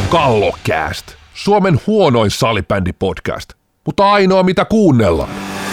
Kallokääst, Suomen huonoin salibändipodcast, mutta ainoa mitä kuunnellaan.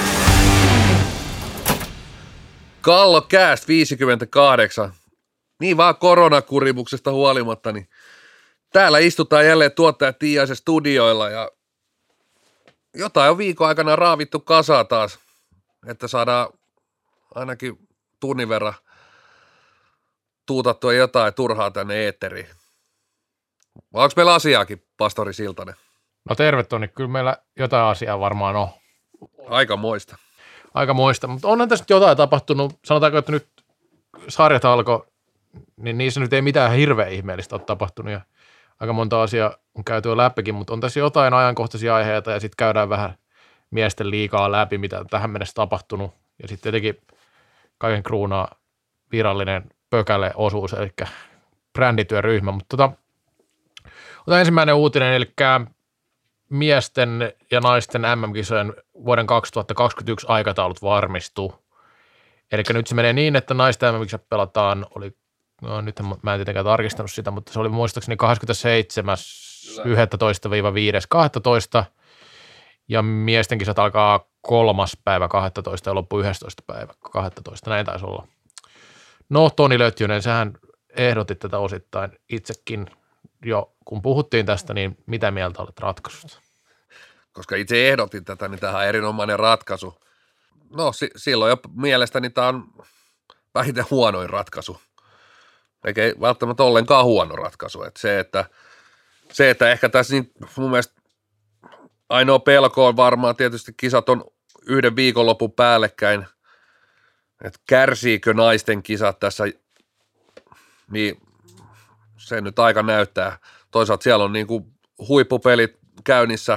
Kallokääst 58. Niin vaan koronakurimuksesta huolimatta, niin täällä istutaan jälleen tuottaja Tiaisen studioilla ja jotain on viikon aikana raavittu kasaan taas, että saadaan ainakin tunnin verran tuutattua jotain turhaa tänne eetteriin. Vai onko meillä asiaakin, pastori Siltanen? No terve Toni, kyllä meillä jotain asiaa varmaan on. Aikamoista, mutta onhan tässä nyt jotain tapahtunut. Sanotaanko, että nyt sarjat alkoi, niin niissä nyt ei mitään hirveän ihmeellistä ole tapahtunut ja aika monta asiaa on käyty jo läpikin, mutta on tässä jotain ajankohtaisia aiheita ja sitten käydään vähän miesten liigaa läpi, mitä tähän mennessä tapahtunut ja sitten tietenkin kaiken kruunaa virallinen Pökäle-osuus, eli brändityöryhmä, mutta otetaan ensimmäinen uutinen, eli miesten ja naisten MM-kisojen vuoden 2021 aikataulut varmistuu. Eli nyt se menee niin, että naisten MM-kisat pelataan, nyt mä en tietenkään tarkistanut sitä, mutta se oli muistaakseni 27.11.–5.12. ja miesten kisat alkaa 3.12. ja loppu 11.12. Näin taisi olla. No Toni Lötjönen, sähän ehdotit tätä osittain itsekin jo, kun puhuttiin tästä, niin mitä mieltä olet ratkaisusta? Koska itse ehdotin tätä, niin tämä on erinomainen ratkaisu. No silloin jo mielestäni tämä on vähiten huonoin ratkaisu. Eikä välttämättä ollenkaan huono ratkaisu. Että se, että ehkä tässä niin mun mielestä ainoa pelko on varmaan tietysti kisat on yhden viikonlopun päällekkäin. Että kärsiikö naisten kisat tässä, niin se nyt aika näyttää. Toisaalta siellä on niin kuin huippupelit käynnissä,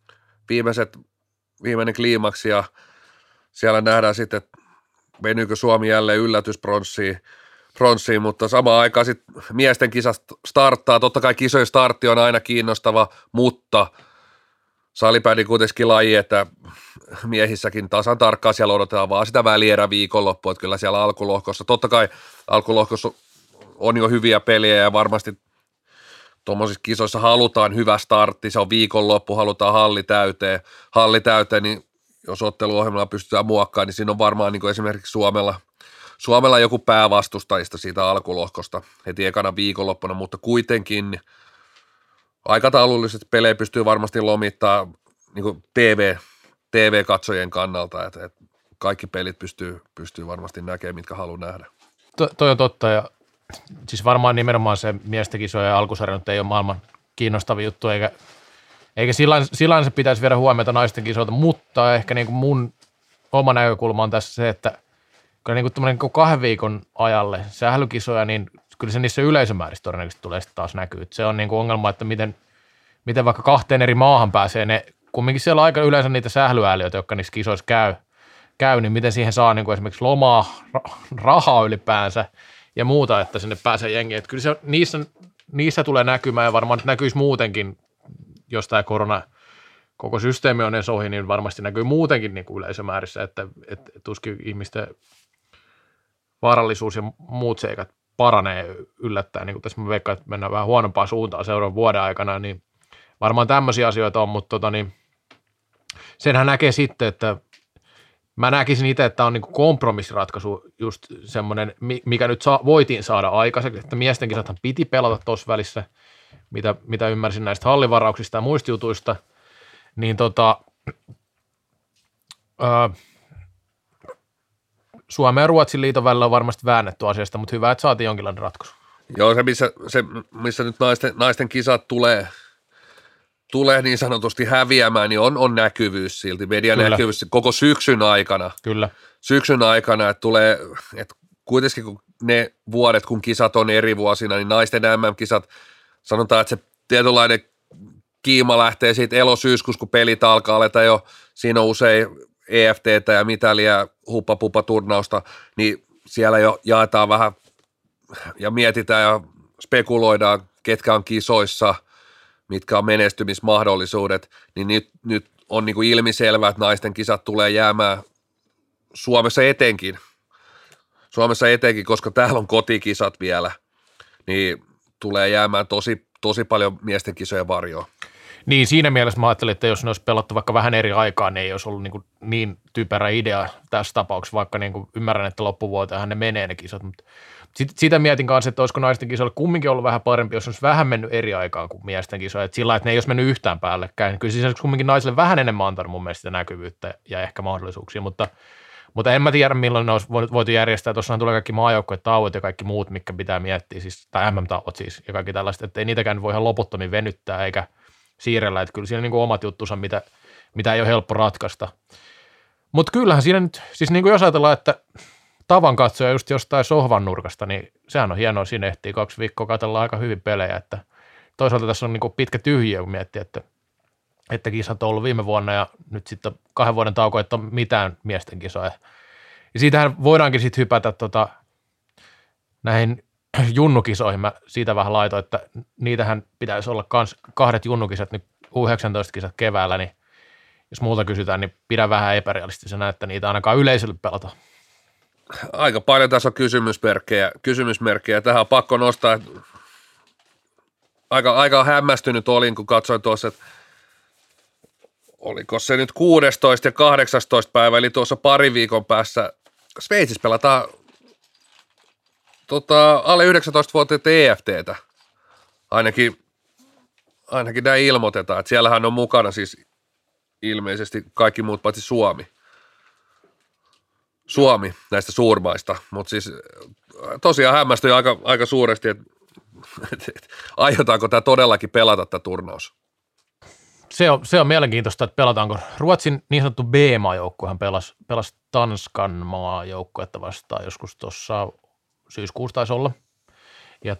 viimeinen kliimaksi ja siellä nähdään sitten, että menyykö Suomi jälleen yllätyspronssiin, mutta samaan aikaan sitten miesten kisat starttaa. Totta kai kisojen startti on aina kiinnostava, mutta salibändi kuitenkin laji, että miehissäkin tasan tarkkaan siellä odotetaan vaan sitä välierä viikonloppua, että kyllä siellä alkulohkossa, totta kai alkulohkossa on jo hyviä pelejä ja varmasti tuommoisissa kisoissa halutaan hyvä startti, se on viikonloppu, halutaan halli täyteen, niin jos otteluohjelmalla pystytään muokkaamaan, niin siinä on varmaan niin kuin esimerkiksi Suomella joku päävastustajista siitä alkulohkosta heti ekana viikonloppuna, mutta kuitenkin aikataululliset pelejä pystyy varmasti lomittaa niin kuin TV-katsojien kannalta, että kaikki pelit pystyy varmasti näkemään, mitkä haluaa nähdä. Toi on totta ja siis varmaan nimenomaan se miesten kisojen alkusarja nyt ei ole maailman kiinnostavin juttu, eikä sillä se pitäisi viedä huomiota naisten kisoilta, mutta ehkä niin kuin mun oma näkökulma on tässä se, että kyllä niin kuin tämmöinen 2 viikon ajalle sählykisoja, niin kyllä se niissä yleisömäärissä todennäköisesti tulee sitten taas näkyy. Se on niin kuin ongelma, että miten vaikka 2 eri maahan pääsee ne, kumminkin siellä on aika yleensä niitä sählyääliöitä, jotka niissä kisoissa käy, niin miten siihen saa niin kuin esimerkiksi lomaa, rahaa ylipäänsä ja muuta, että sinne pääsee jengi. Että kyllä se niissä tulee näkymään ja varmaan näkyisi muutenkin, jos tämä korona koko systeemi on edes ohi, niin varmasti näkyy muutenkin niin kuin yleisömäärissä, että tuskin ihmisten vaarallisuus ja muut seikat paranee yllättäen, niin kuin tässä mä veikkaan, että mennään vähän huonompaan suuntaan seuraavan vuoden aikana, niin varmaan tämmöisiä asioita on, mutta senhän näkee sitten, että mä näkisin itse, että on niin kuin kompromissiratkaisu just semmoinen, mikä nyt voitiin saada aikaiseksi, että miesten kisathan piti pelata tuossa välissä, mitä ymmärsin näistä hallivarauksista ja muista jutuista, niin Suomen ja Ruotsin liiton välillä on varmasti väännetty asiasta, mutta hyvä, että saatiin jonkinlainen ratkaisu. Joo, missä nyt naisten kisat tulee niin sanotusti häviämään, niin on näkyvyys silti, median näkyvyys koko syksyn aikana. Kyllä. Syksyn aikana, että tulee, että kuitenkin kun ne vuodet, kun kisat on eri vuosina, niin naisten MM-kisat, sanotaan, että se tietynlainen kiima lähtee siitä elosyyskuussa, kun pelit alkaa, aletaan jo, siinä on usein EFTtä ja mitaliä, huppa-puppa-turnausta, niin siellä jo jaetaan vähän ja mietitään ja spekuloidaan, ketkä on kisoissa, mitkä on menestymismahdollisuudet, niin nyt on niin kuin ilmiselvää, että naisten kisat tulee jäämään Suomessa etenkin, koska täällä on kotikisat vielä, niin tulee jäämään tosi paljon miesten kisojen varjoa. Niin, siinä mielessä mä ajattelin, että jos ne olisi pelattu vaikka vähän eri aikaa, niin ei olisi ollut niin typerä idea tässä tapauksessa, vaikka ymmärrän, että loppuvuoteenhan ne menee ne kisat, mutta sitä mietin kanssa, että olisiko naisten kisoilla kumminkin ollut vähän parempi, jos olisi vähän mennyt eri aikaan kuin miesten kisoilla, että sillä että ne ei olisi mennyt yhtään päällekkäin. Kyllä siis olisi kumminkin naisille vähän enemmän antanut mun mielestä sitä näkyvyyttä ja ehkä mahdollisuuksia, mutta en mä tiedä, milloin ne olisi voitu järjestää. Tuossahan tulee kaikki maajoukkojen tauot ja kaikki muut, mitkä pitää miettiä, siis, tai MM-tauot siis, ja kaikki tällaiset, että ei niitäkään voi ihan loputtomin venyttää eikä siirrellä, että kyllä siinä on omat juttunsa, mitä ei ole helppo ratkaista. Mutta kyllähän siinä nyt, siis niin kuin jos ajatellaan, että tavan katsoja just jostain sohvan nurkasta, niin sehän on hienoa, siinä ehtii 2 viikkoa katsella aika hyvin pelejä, että toisaalta tässä on niin kuin pitkä tyhjiö, kun miettii, että kisat on ollut viime vuonna ja nyt sitten 2 vuoden tauko, että on mitään miesten kisoja. Ja siitähän voidaankin sitten hypätä näihin junnukisoihin, mä siitä vähän laitoin, että niitähän pitäisi olla kans 2 junnukisat, nyt U19-kisat keväällä, niin jos muuta kysytään, niin pidä vähän epärealistisena, että niitä ainakaan yleisölle pelataan. Aika paljon tässä on kysymysmerkkejä. Tähän on pakko nostaa, että aika hämmästynyt olin, kun katsoin tuossa, että oliko se nyt 16. ja 18. päivä, eli tuossa pari viikon päässä Sveitsissä pelataan alle 19-vuotiaita EFT:tä. Ainakin näin ilmoitetaan, että siellähän on mukana siis ilmeisesti kaikki muut paitsi Suomi näistä suurmaista, mutta siis tosiaan hämmästyi aika suuresti, että aiotaanko tämä todellakin pelata tämä turnaus. Se on mielenkiintoista, että pelataanko. Ruotsin niin sanottu B-maajoukkuehan pelasi Tanskan maajoukkuetta vastaan joskus tuossa syyskuussa taisi olla. Ja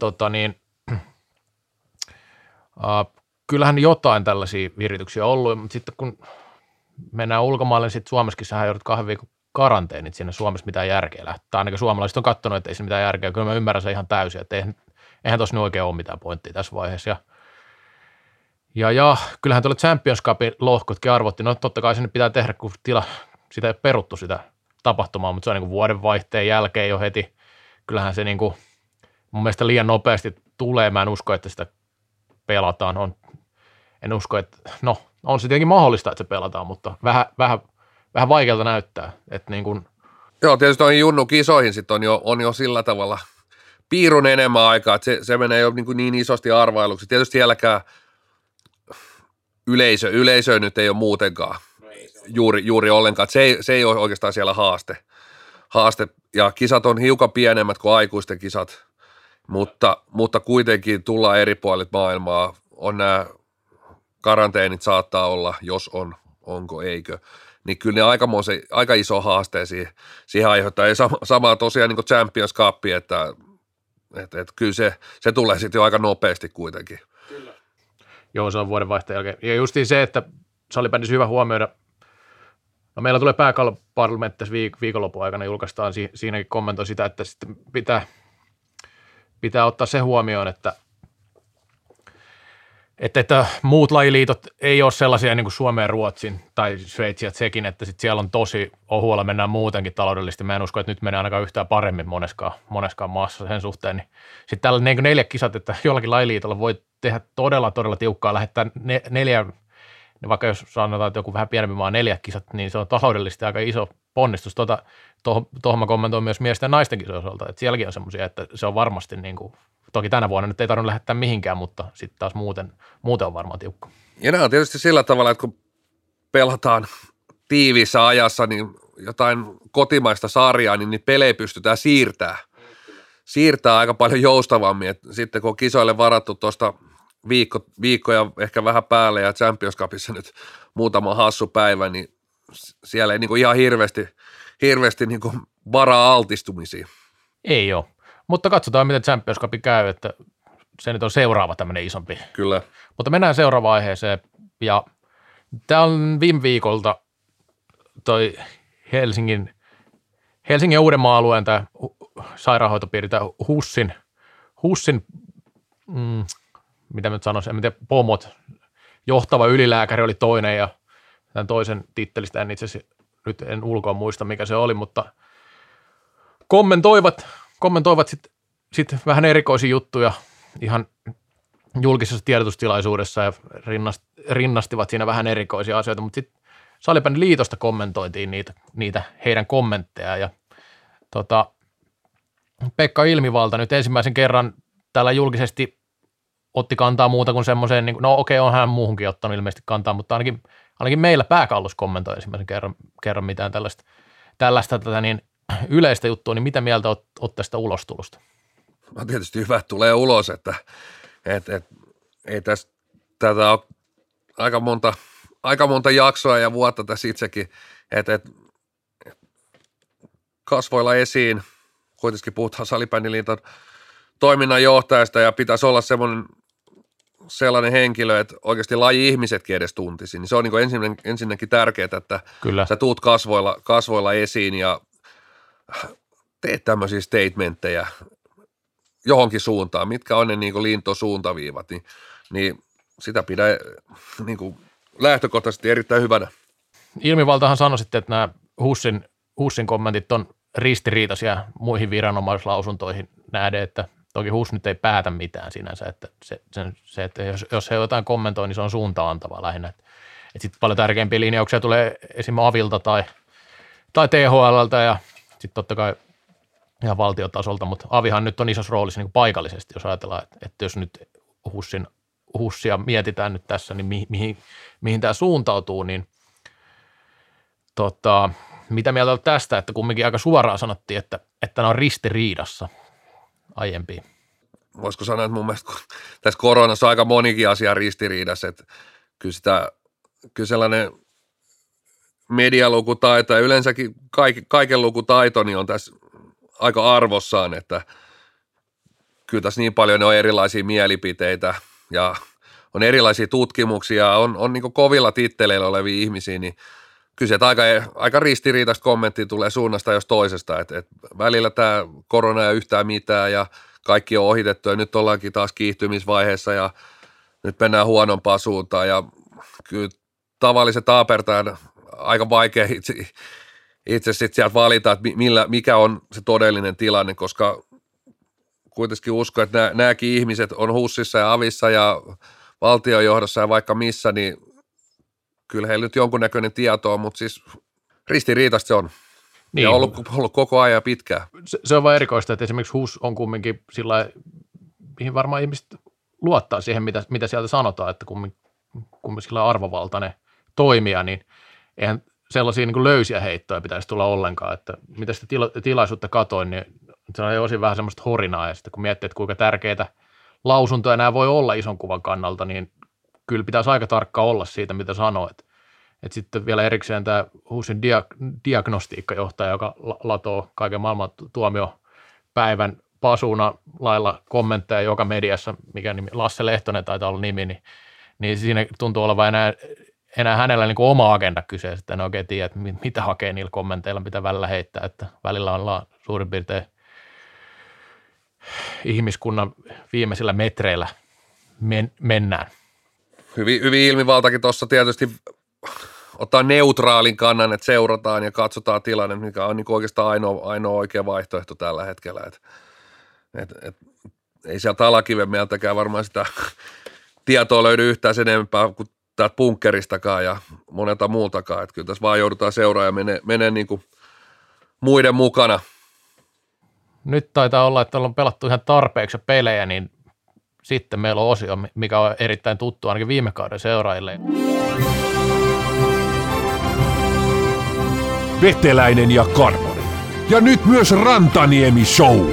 kyllähän jotain tällaisia virityksiä on ollut, mutta sitten kun mennään ulkomaille, niin sitten Suomessakin sähän joudut 2 viikon karanteenit sinne Suomessa mitään järkeä lähtee. Ainakin suomalaiset on katsonut, että ei se mitään järkeä. Kyllä mä ymmärrän sen ihan täysin, että eihän tuossa nyt oikein ole mitään pointtia tässä vaiheessa. Ja kyllähän tuolla Champions Cupin lohkotkin arvotti. No totta kai se nyt pitää tehdä, kun sitä ei peruttu sitä tapahtumaa, mutta se on niin kuin vuodenvaihteen jälkeen jo heti. Kyllähän se niin kuin mun mielestä liian nopeasti tulee. Mä en usko, että sitä pelataan. En usko, että on se tietenkin mahdollista, että se pelataan, mutta vähän vaikealta näyttää. Että niin kuin Joo, tietysti noihin junnukisoihin sitten on jo sillä tavalla piirun enemmän aikaa, että se menee jo niin isosti arvailuksi. Tietysti sielläkään yleisö nyt ei ole muutenkaan juuri ollenkaan. Se ei ole oikeastaan siellä haaste. Ja kisat on hiukan pienemmät kuin aikuisten kisat, mutta kuitenkin tullaan eri puolit maailmaa. On nämä karanteenit saattaa olla, jos on, onko, eikö. Niin kyllä ne aika iso haaste siihen aiheuttaa. Ja samaa tosiaan niin kuin Champions Cup, että kyllä se tulee sitten jo aika nopeasti kuitenkin. Kyllä. Joo, se on vuodenvaihteen jälkeen. Ja justiin se, että salibändissä hyvä huomioida, no meillä tulee pääkalloparlamentti tässä viikonlopun aikana, julkaistaan siinäkin kommentoi sitä, että sitten pitää ottaa se huomioon, että muut lajiliitot ei ole sellaisia niin kuin Suomen ja Ruotsin tai Sveitsi ja Tsekin, että sit siellä on tosi ohuella mennään muutenkin taloudellisesti. Mä en usko, että nyt menee ainakaan yhtään paremmin moneskaan maassa sen suhteen. Niin sitten täällä niin 4 kisat, että jollakin lajiliitolla voi tehdä todella, todella tiukkaa, lähettää 4, vaikka jos sanotaan, että joku vähän pienempi maa 4 kisat, niin se on taloudellisesti aika iso ponnistus. Tuohon mä kommentoin myös miesten ja naisten kisojen osalta, että sielläkin on semmoisia, että se on varmasti niin kuin, toki tänä vuonna nyt ei tarvitse lähettää mihinkään, mutta sitten taas muuten on varmaan tiukka. Ja nämä on tietysti sillä tavalla, että kun pelataan tiiviissä ajassa, niin jotain kotimaista sarjaa, niin niitä pelejä pystytään siirtää aika paljon joustavammin. Et sitten kun on kisoille varattu tuosta viikkoja ehkä vähän päälle ja Champions Cupissa nyt muutama hassu päivä, niin siellä ei niin kuin ihan hirveästi niin kuin varaa altistumisiin. Ei ole. Mutta katsotaan, miten Champions Cup käy, että se nyt on seuraava tämmöinen isompi. Kyllä. Mutta mennään seuraavaan aiheeseen. Ja tämä on viime viikolta toi Helsingin ja Uudenmaan alueen tämä sairaanhoitopiiri, tämä HUSin mitä mä nyt sanoisin, en tiedä, pomot, johtava ylilääkäri oli toinen ja tämän toisen tittelistä en itse asiassa nyt en ulkoa muista, mikä se oli, mutta kommentoivat sitten vähän erikoisia juttuja, ihan julkisessa tiedotustilaisuudessa ja rinnastivat siinä vähän erikoisia asioita, mutta sitten Salibändiliitosta kommentoitiin niitä heidän kommentteja ja Pekka Ilmivalta nyt ensimmäisen kerran täällä julkisesti otti kantaa muuta kuin semmoiseen, niin no okei, on hän muuhunkin ottanut ilmeisesti kantaa, mutta ainakin meillä Pääkallus kommentoi ensimmäisen kerran mitään tällaista yleistä juttua, niin mitä mieltä olet tästä ulostulosta? No tietysti hyvä, että tulee ulos, että ei tätä ole aika monta jaksoa ja vuotta tässä itsekin, että kasvoilla esiin, kuitenkin puhutaan Salibändiliiton toiminnanjohtajasta ja pitäisi olla sellainen henkilö, että oikeasti laji-ihmisetkin edes tuntisi, niin se on niin ensinnäkin tärkeää, että Kyllä. Sä tuut kasvoilla esiin ja teet tämmöisiä statementteja johonkin suuntaan, mitkä on ne niin liintosuuntaviivat, niin sitä pidä niin lähtökohtaisesti erittäin hyvänä. Ilmivaltahan sanoi sitten, että nämä Hussin kommentit on ristiriitaisia muihin viranomaislausuntoihin nähden, että toki HUS nyt ei päätä mitään sinänsä, että se että jos he jotain kommentoi, niin se on suuntaantava lähinnä. Että sitten paljon tärkeimpiä linjauksia tulee esimerkiksi Avilta tai THL:ltä ja sitten totta kai ihan valtiotasolta, mutta Avihan nyt on isossa roolissa niin paikallisesti, jos ajatellaan, että jos nyt HUSsia mietitään nyt tässä, niin mihin tämä suuntautuu, niin mitä mieltä olet tästä, että kumminkin aika suoraan sanottiin, että ne on ristiriidassa aiempiin? Voisiko sanoa, että mun mielestä tässä koronassa on aika monikin asia ristiriidassa, että kyllä sellainen medialukutaito ja yleensäkin kaiken lukutaito niin on tässä aika arvossaan, että kyllä tässä niin paljon on erilaisia mielipiteitä ja on erilaisia tutkimuksia, on niin kuin kovilla titteleillä olevia ihmisiä, niin kyllä se aika ristiriitaista kommenttia tulee suunnasta jos toisesta, että välillä tämä korona ei yhtään mitään ja kaikki on ohitettu ja nyt ollaankin taas kiihtymisvaiheessa ja nyt mennään huonompaan suuntaan ja kyllä tavalliset taapertaan aika vaikea itse sitten sieltä valita, että mikä on se todellinen tilanne, koska kuitenkin uskon, että nämäkin ihmiset on HUSissa ja Avissa ja valtionjohdossa ja vaikka missä, niin kyllä heillä nyt jonkunnäköinen tieto on, mutta siis ristiriitaista se on. Niin. Ja ollut koko ajan pitkään. Se on vaan erikoista, että esimerkiksi HUS on kumminkin sillä mihin varmaan ihmiset luottaa siihen, mitä sieltä sanotaan, että kumminkin sillä arvovaltainen toimija, niin eihän sellaisia niin kuin löysiä heittoja pitäisi tulla ollenkaan, että mitä sitä tilaisuutta katoin, niin se on osin vähän semmoista horinaa, ja sitten kun miettii, että kuinka tärkeitä lausuntoja nämä voi olla ison kuvan kannalta, niin kyllä pitäisi aika tarkka olla siitä, mitä sanoo, että sitten vielä erikseen tämä HUSin diagnostiikkajohtaja, joka latoo kaiken maailman tuomiopäivän pasuna lailla kommentteja joka mediassa, mikä nimi, Lasse Lehtonen taitaa olla nimi, niin siinä tuntuu olevan enää hänellä niin kuin oma agenda kyseessä, että en oikein tiedä, että mitä hakee niillä kommenteilla, mitä välillä heittää, että välillä ollaan suurin piirtein ihmiskunnan viimeisillä metreillä mennään. Hyvin Ilmivaltakin tuossa tietysti ottaa neutraalin kannan, että seurataan ja katsotaan tilanne, mikä on niin oikeastaan ainoa oikea vaihtoehto tällä hetkellä. Ei sieltä Alakiven mieltäkään varmaan sitä tietoa löydy yhtään sen enempää kuin täältä bunkkeristakaan ja monelta muultakaan. Että kyllä tässä vaan joudutaan seuraamaan ja menee niin kuin muiden mukana. Nyt taitaa olla, että ollaan pelattu ihan tarpeeksi pelejä, niin sitten meillä on osio, mikä on erittäin tuttu ainakin viime kauden seuraajille. Veteläinen ja Karvonen. Ja nyt myös Rantaniemi Show.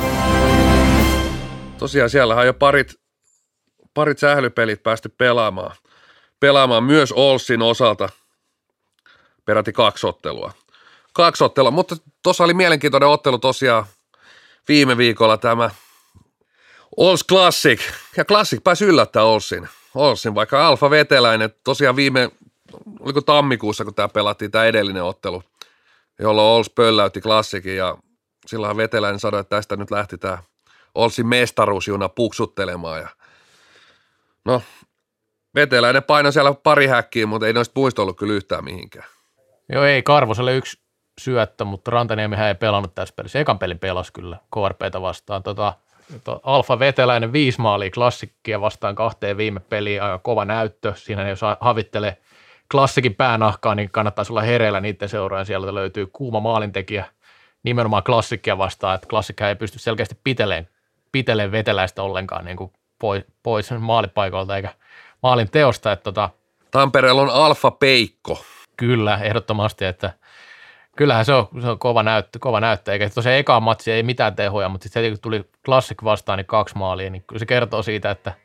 Tosiaan siellähän on jo parit sählypelit päästy pelaamaan myös Olssin osalta peräti 2 ottelua. 2 ottelua, mutta tuossa oli mielenkiintoinen ottelu tosiaan viime viikolla tämä Ols Classic. Ja Classic pääsi yllättää Olssin, vaikka Alfa Veteläinen tosiaan oliko tammikuussa, kun tämä pelattiin tämä edellinen ottelu, jolloin Ols pölläytti Classicin ja silloinhan Veteläinen sanoi, että tästä nyt lähti tämä Olssin mestaruusjuna puksuttelemaan ja no, Veteläinen painoi siellä pari häkkiä, mutta ei noista muista ollut kyllä yhtään mihinkään. Joo, ei Karvoselle 1 syöttö, mutta Rantaniemihän ei pelannut tässä pelissä. Ekan pelin pelasi kyllä KRP:tä vastaan. Alfa veteläinen 5 maalia klassikkia vastaan 2 viime peliä, aika kova näyttö. Siinä jos havittelee klassikin päänahkaa, niin kannattaisi olla hereillä niiden seuraan. Sieltä löytyy kuuma maalintekijä nimenomaan klassikkia vastaan, että klassikkia ei pysty selkeästi piteleen veteläistä ollenkaan niin kuin pois maalipaikoilta eikä maalin teosta. Että Tampereella on Alfa Peikko. Kyllä, ehdottomasti, että kyllähän se on kova näyttö, eikä tosiaan ekaan matsi ei mitään tehoja, mutta sitten kun tuli Classic vastaan, niin 2 maalia, niin kyllä se kertoo siitä, että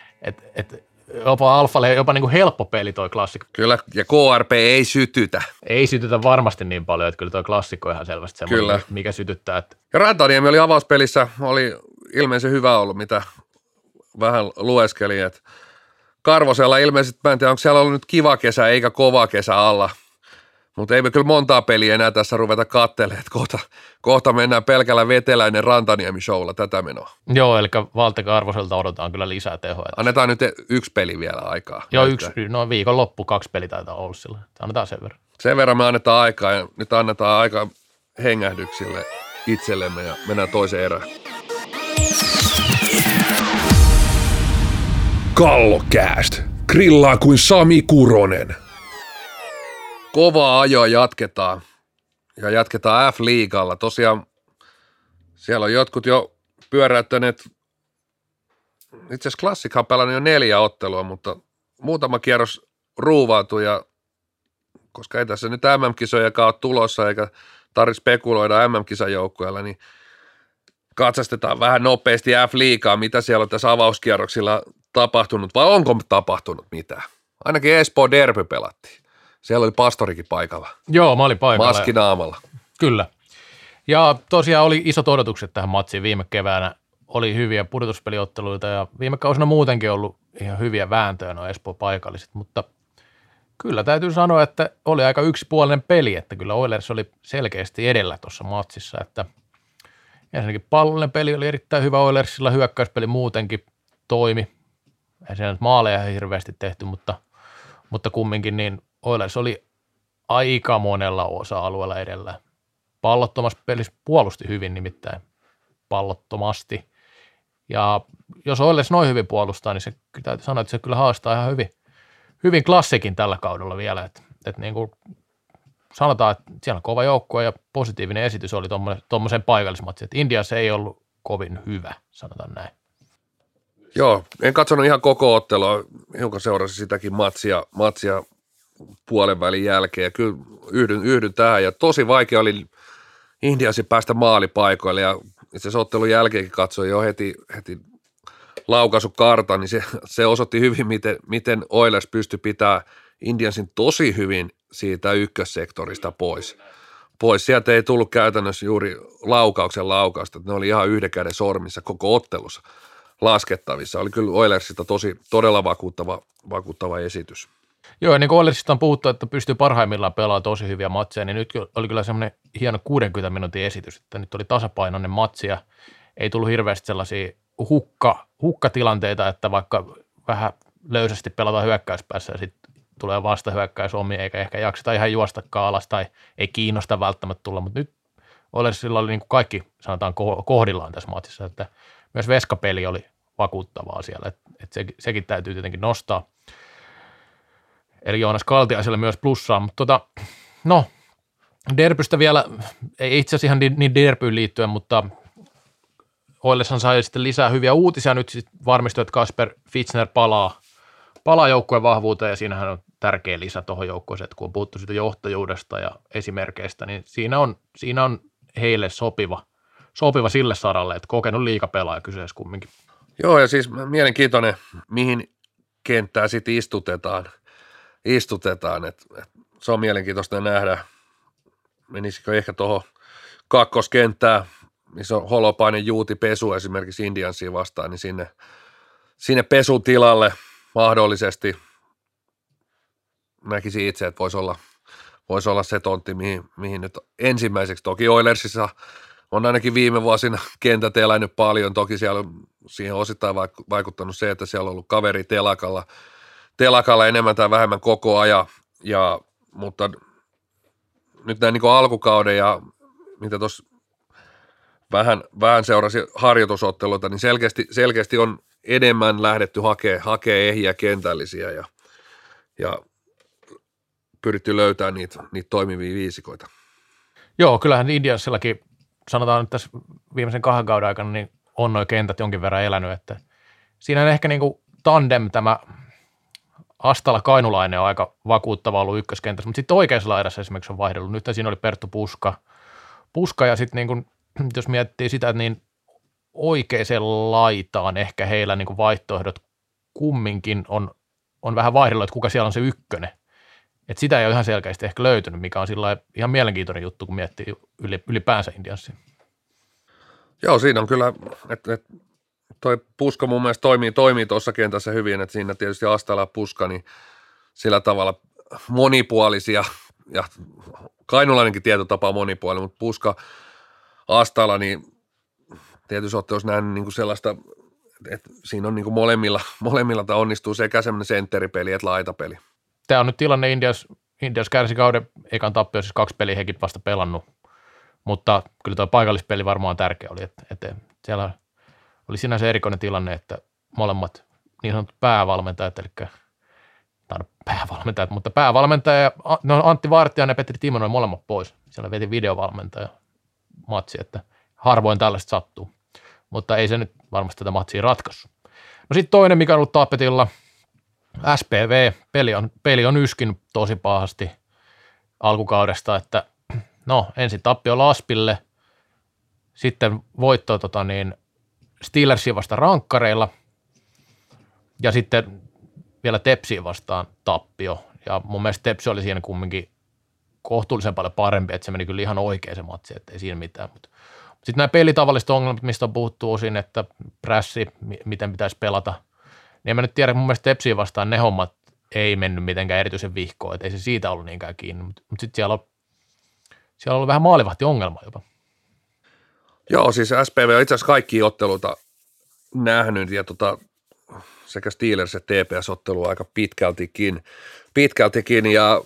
jopa Alfalle jopa niin kuin helppo peli toi Classic. Kyllä, ja KRP ei sytytä. Ei sytytä varmasti niin paljon, että kyllä toi Classic on ihan selvästi semmoinen, mikä sytyttää. Että ja Rantaniemi oli avauspelissä, oli ilmeisesti hyvä ollut, mitä vähän lueskelin, että Karvosella ilmeisesti, mä en tiedä, onko siellä ollut nyt kiva kesä eikä kova kesä alla, mutta ei me kyllä montaa peliä enää tässä ruveta katselemaan, että kohta mennään pelkällä veteläinen Rantaniemi-showlla tätä menoa. Joo, eli Valtteri Karvoselta odotetaan kyllä lisää tehoja. Annetaan nyt 1 peli vielä aikaa. Joo, viikonloppu 2 peliä taitaa olla sillä. Annetaan sen verran. Sen verran me annetaan aikaa ja nyt annetaan aikaa hengähdyksille itsellemme ja mennään toiseen erään. Kallokääst. Grillaa kuin Sami Kuronen. Kovaa ajoa jatketaan ja jatketaan F-liigalla. Tosiaan siellä on jotkut jo pyöräyttäneet, itse asiassa Klassikhan pelannut jo 4 ottelua, mutta muutama kierros ruuvaantui ja koska ei tässä nyt MM-kisojakaan ole tulossa eikä tarvitse spekuloida MM-kisajoukkueella, niin katsastetaan vähän nopeasti F-liigaa, mitä siellä on tässä avauskierroksilla tapahtunut vai onko tapahtunut mitään. Ainakin Espoo Derby pelattiin. Siellä oli pastorikin paikalla. Joo, mä olin paikalla. Maski naamalla. Kyllä. Ja tosiaan oli isot odotukset tähän matsiin viime keväänä. Oli hyviä pudotuspeliotteluita ja viime kausina muutenkin ollut ihan hyviä vääntöjä nuo Espoon paikalliset, mutta kyllä täytyy sanoa, että oli aika yksipuolinen peli, että kyllä Oilers oli selkeästi edellä tuossa matsissa, että ensinnäkin pallollinen peli oli erittäin hyvä Oilersilla, hyökkäyspeli muutenkin toimi. Ei siinä nyt maaleja hirveästi tehty, mutta kumminkin niin Oilers oli aika monella osa-alueella edellä. Pallottomassa pelissä puolusti hyvin nimittäin, pallottomasti. Ja jos Oilers noin hyvin puolustaa, niin se täytyy sanoa, että se kyllä haastaa ihan hyvin Klassikin tällä kaudella vielä. Että niin kuin sanotaan, että siellä on kova joukkue ja positiivinen esitys oli tuommoisen paikallismatsiin. Että Indiassa ei ollut kovin hyvä, sanotaan näin. Joo, en katsonut ihan koko ottelua, hiukan seurasin sitäkin matsia puolen välin jälkeen. Kyllä yhdyn tähän ja tosi vaikea oli Indiassa päästä maalipaikoille ja itse asiassa ottelun jälkeenkin katsoin jo heti laukaisukartan, niin se osoitti hyvin, miten Oilers pystyi pitämään Indiansin tosi hyvin siitä ykkössektorista pois. Sieltä ei tullut käytännössä juuri laukausta, ne oli ihan yhden käden sormissa koko ottelussa laskettavissa. Oli kyllä Oilersista todella vakuuttava esitys. Joo, niin kuin Oilersista on puhuttu, että pystyy parhaimmillaan pelaamaan tosi hyviä matseja, niin nyt oli kyllä semmoinen hieno 60 minuutin esitys, että nyt oli tasapainoinen matsi ja ei tullut hirveästi sellaisia hukkatilanteita, että vaikka vähän löysästi pelataan hyökkäyspäässä ja sitten tulee vastahyökkäys omiin, eikä ehkä jakseta ihan juostakaan alas tai ei kiinnosta välttämättä tulla, mutta nyt Oilersilla oli niin kuin kaikki sanotaan kohdillaan tässä matsissa, että myös veskapeli oli vakuuttavaa siellä, että sekin täytyy tietenkin nostaa. Eli Joonas Kaltiaiselle myös plussaa, mutta Derbystä vielä, ei itse asiassa ihan niin Derbyyn liittyen, mutta Oilershan sai sitten lisää hyviä uutisia, nyt sitten varmistui, että Kasper Fitzner palaa joukkueen vahvuuteen ja siinähän on tärkeä lisä tuohon joukkueeseen, että kun on puhuttu siitä johtajuudesta ja esimerkkeistä, niin siinä on heille sopiva sille saralle, että kokenut liigapelaaja kyseessä kumminkin. Joo, ja siis mielenkiintoinen, mihin kenttää sitten istutetaan, että se on mielenkiintoista nähdä, menisikö ehkä tuohon kakkoskenttään, missä on Holopainen, Juuti, Pesu esimerkiksi Indiansiin vastaan, niin sinne pesutilalle mahdollisesti näkisin itse, että voisi olla se tontti, mihin nyt ensimmäiseksi. Toki Oilersissa on ainakin viime vuosina kentät elänyt paljon, toki siellä on siihen osittain vaikuttanut se, että siellä on ollut kaveri telakalla enemmän tai vähemmän koko ajan, mutta nyt näin niin kuin alkukauden ja mitä tuossa vähän seurasi harjoitusotteluita, niin selkeästi on enemmän lähdetty hakee ehjiä kentällisiä ja pyritty löytämään niitä toimivia viisikoita. Joo, kyllähän Indiansillakin, sanotaan nyt tässä viimeisen 2 kauden aikana, niin on nuo kentät jonkin verran elänyt, että siinä on ehkä niin kuin tandem tämä Astala Kainulainen on aika vakuuttava ollut ykköskentässä, mutta sitten oikeassa laidassa esimerkiksi on vaihdellut. Nyt siinä oli Perttu Puska ja sitten niin jos miettii sitä, niin oikeaan laitaan ehkä heillä niin kuin vaihtoehdot kumminkin on vähän vaihdellut, että kuka siellä on se ykkönen. Et sitä ei ole ihan selkeästi ehkä löytynyt, mikä on sillä ihan mielenkiintoinen juttu, kun miettii ylipäänsä Indianssia. Joo, siinä on kyllä, että toi Puska mun mielestä toimii tuossa kentässä hyvin, että siinä tietysti Astala ja Puska, niin sillä tavalla monipuolisia, ja Kainulainenkin tietotapa monipuolinen, mutta Puska, Astala, niin tietysti olette jos nähnyt niin kuin sellaista, että siinä on niin kuin molemmilla onnistuu sekä semmoinen sentteripeli että laitapeli. Tämä on nyt tilanne, Indians kärsi kauden ekan tappio, siis 2 peliä hekin vasta pelannut, mutta kyllä tuo paikallispeli varmaan tärkeä oli, että siellä oli sinänsä erikoinen tilanne, että molemmat niin sanotut päävalmentajat, mutta päävalmentaja, no Antti Vartiainen ja Petri Timonen oli molemmat pois. Siellä veti videovalmentaja matsi, että harvoin tällaista sattuu, mutta ei se nyt varmasti tätä matsia ratkaissut. No sitten toinen, mikä on ollut tapetilla, SPV, peli on yskin tosi pahasti alkukaudesta, että no ensin tappio Laspille, sitten voitto Steelersia vastaan rankkareilla ja sitten vielä Tepsiä vastaan tappio. Ja mun mielestä Tepsi oli siinä kumminkin kohtuullisen paljon parempi, että se meni kyllä ihan oikein se matsi, että ei siinä mitään. Mutta sitten nämä pelitavalliset ongelmat, mistä on puhuttu osin, että prässi, miten pitäisi pelata, niin en mä nyt tiedä, mun mielestä Tepsiä vastaan ne hommat ei mennyt mitenkään erityisen vihkoon, että ei se siitä ollut niinkään kiinni, mutta sitten siellä on ollut vähän maalivahtiongelma jopa. Joo, siis SPV on itse asiassa kaikkia otteluita nähnyt ja sekä Steelers että TPS-ottelua aika pitkältikin ja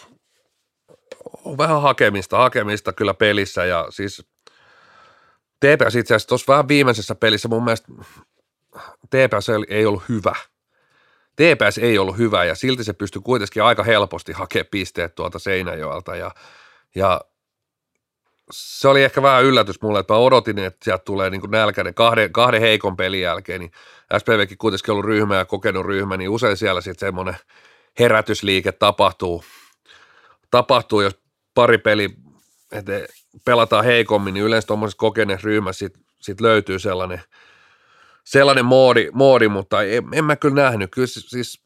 on vähän hakemista kyllä pelissä ja siis TPS itse asiassa tuossa vähän viimeisessä pelissä mun mielestä TPS ei ollut hyvä. TPS ei ollut hyvä ja silti se pystyi kuitenkin aika helposti hakemaan pisteet tuolta Seinäjoelta ja se oli ehkä vähän yllätys mulle, että mä odotin, että sieltä tulee niin kuin nälkäinen kahden heikon pelin jälkeen, niin SPVkin kuitenkin ollut ryhmä ja kokenut ryhmä, niin usein siellä sitten semmoinen herätysliike tapahtuu, jos pari peli että pelataan heikommin, niin yleensä tuommoisessa kokeneessa ryhmässä sit löytyy sellainen moodi, mutta en mä kyllä nähnyt, kyllä siis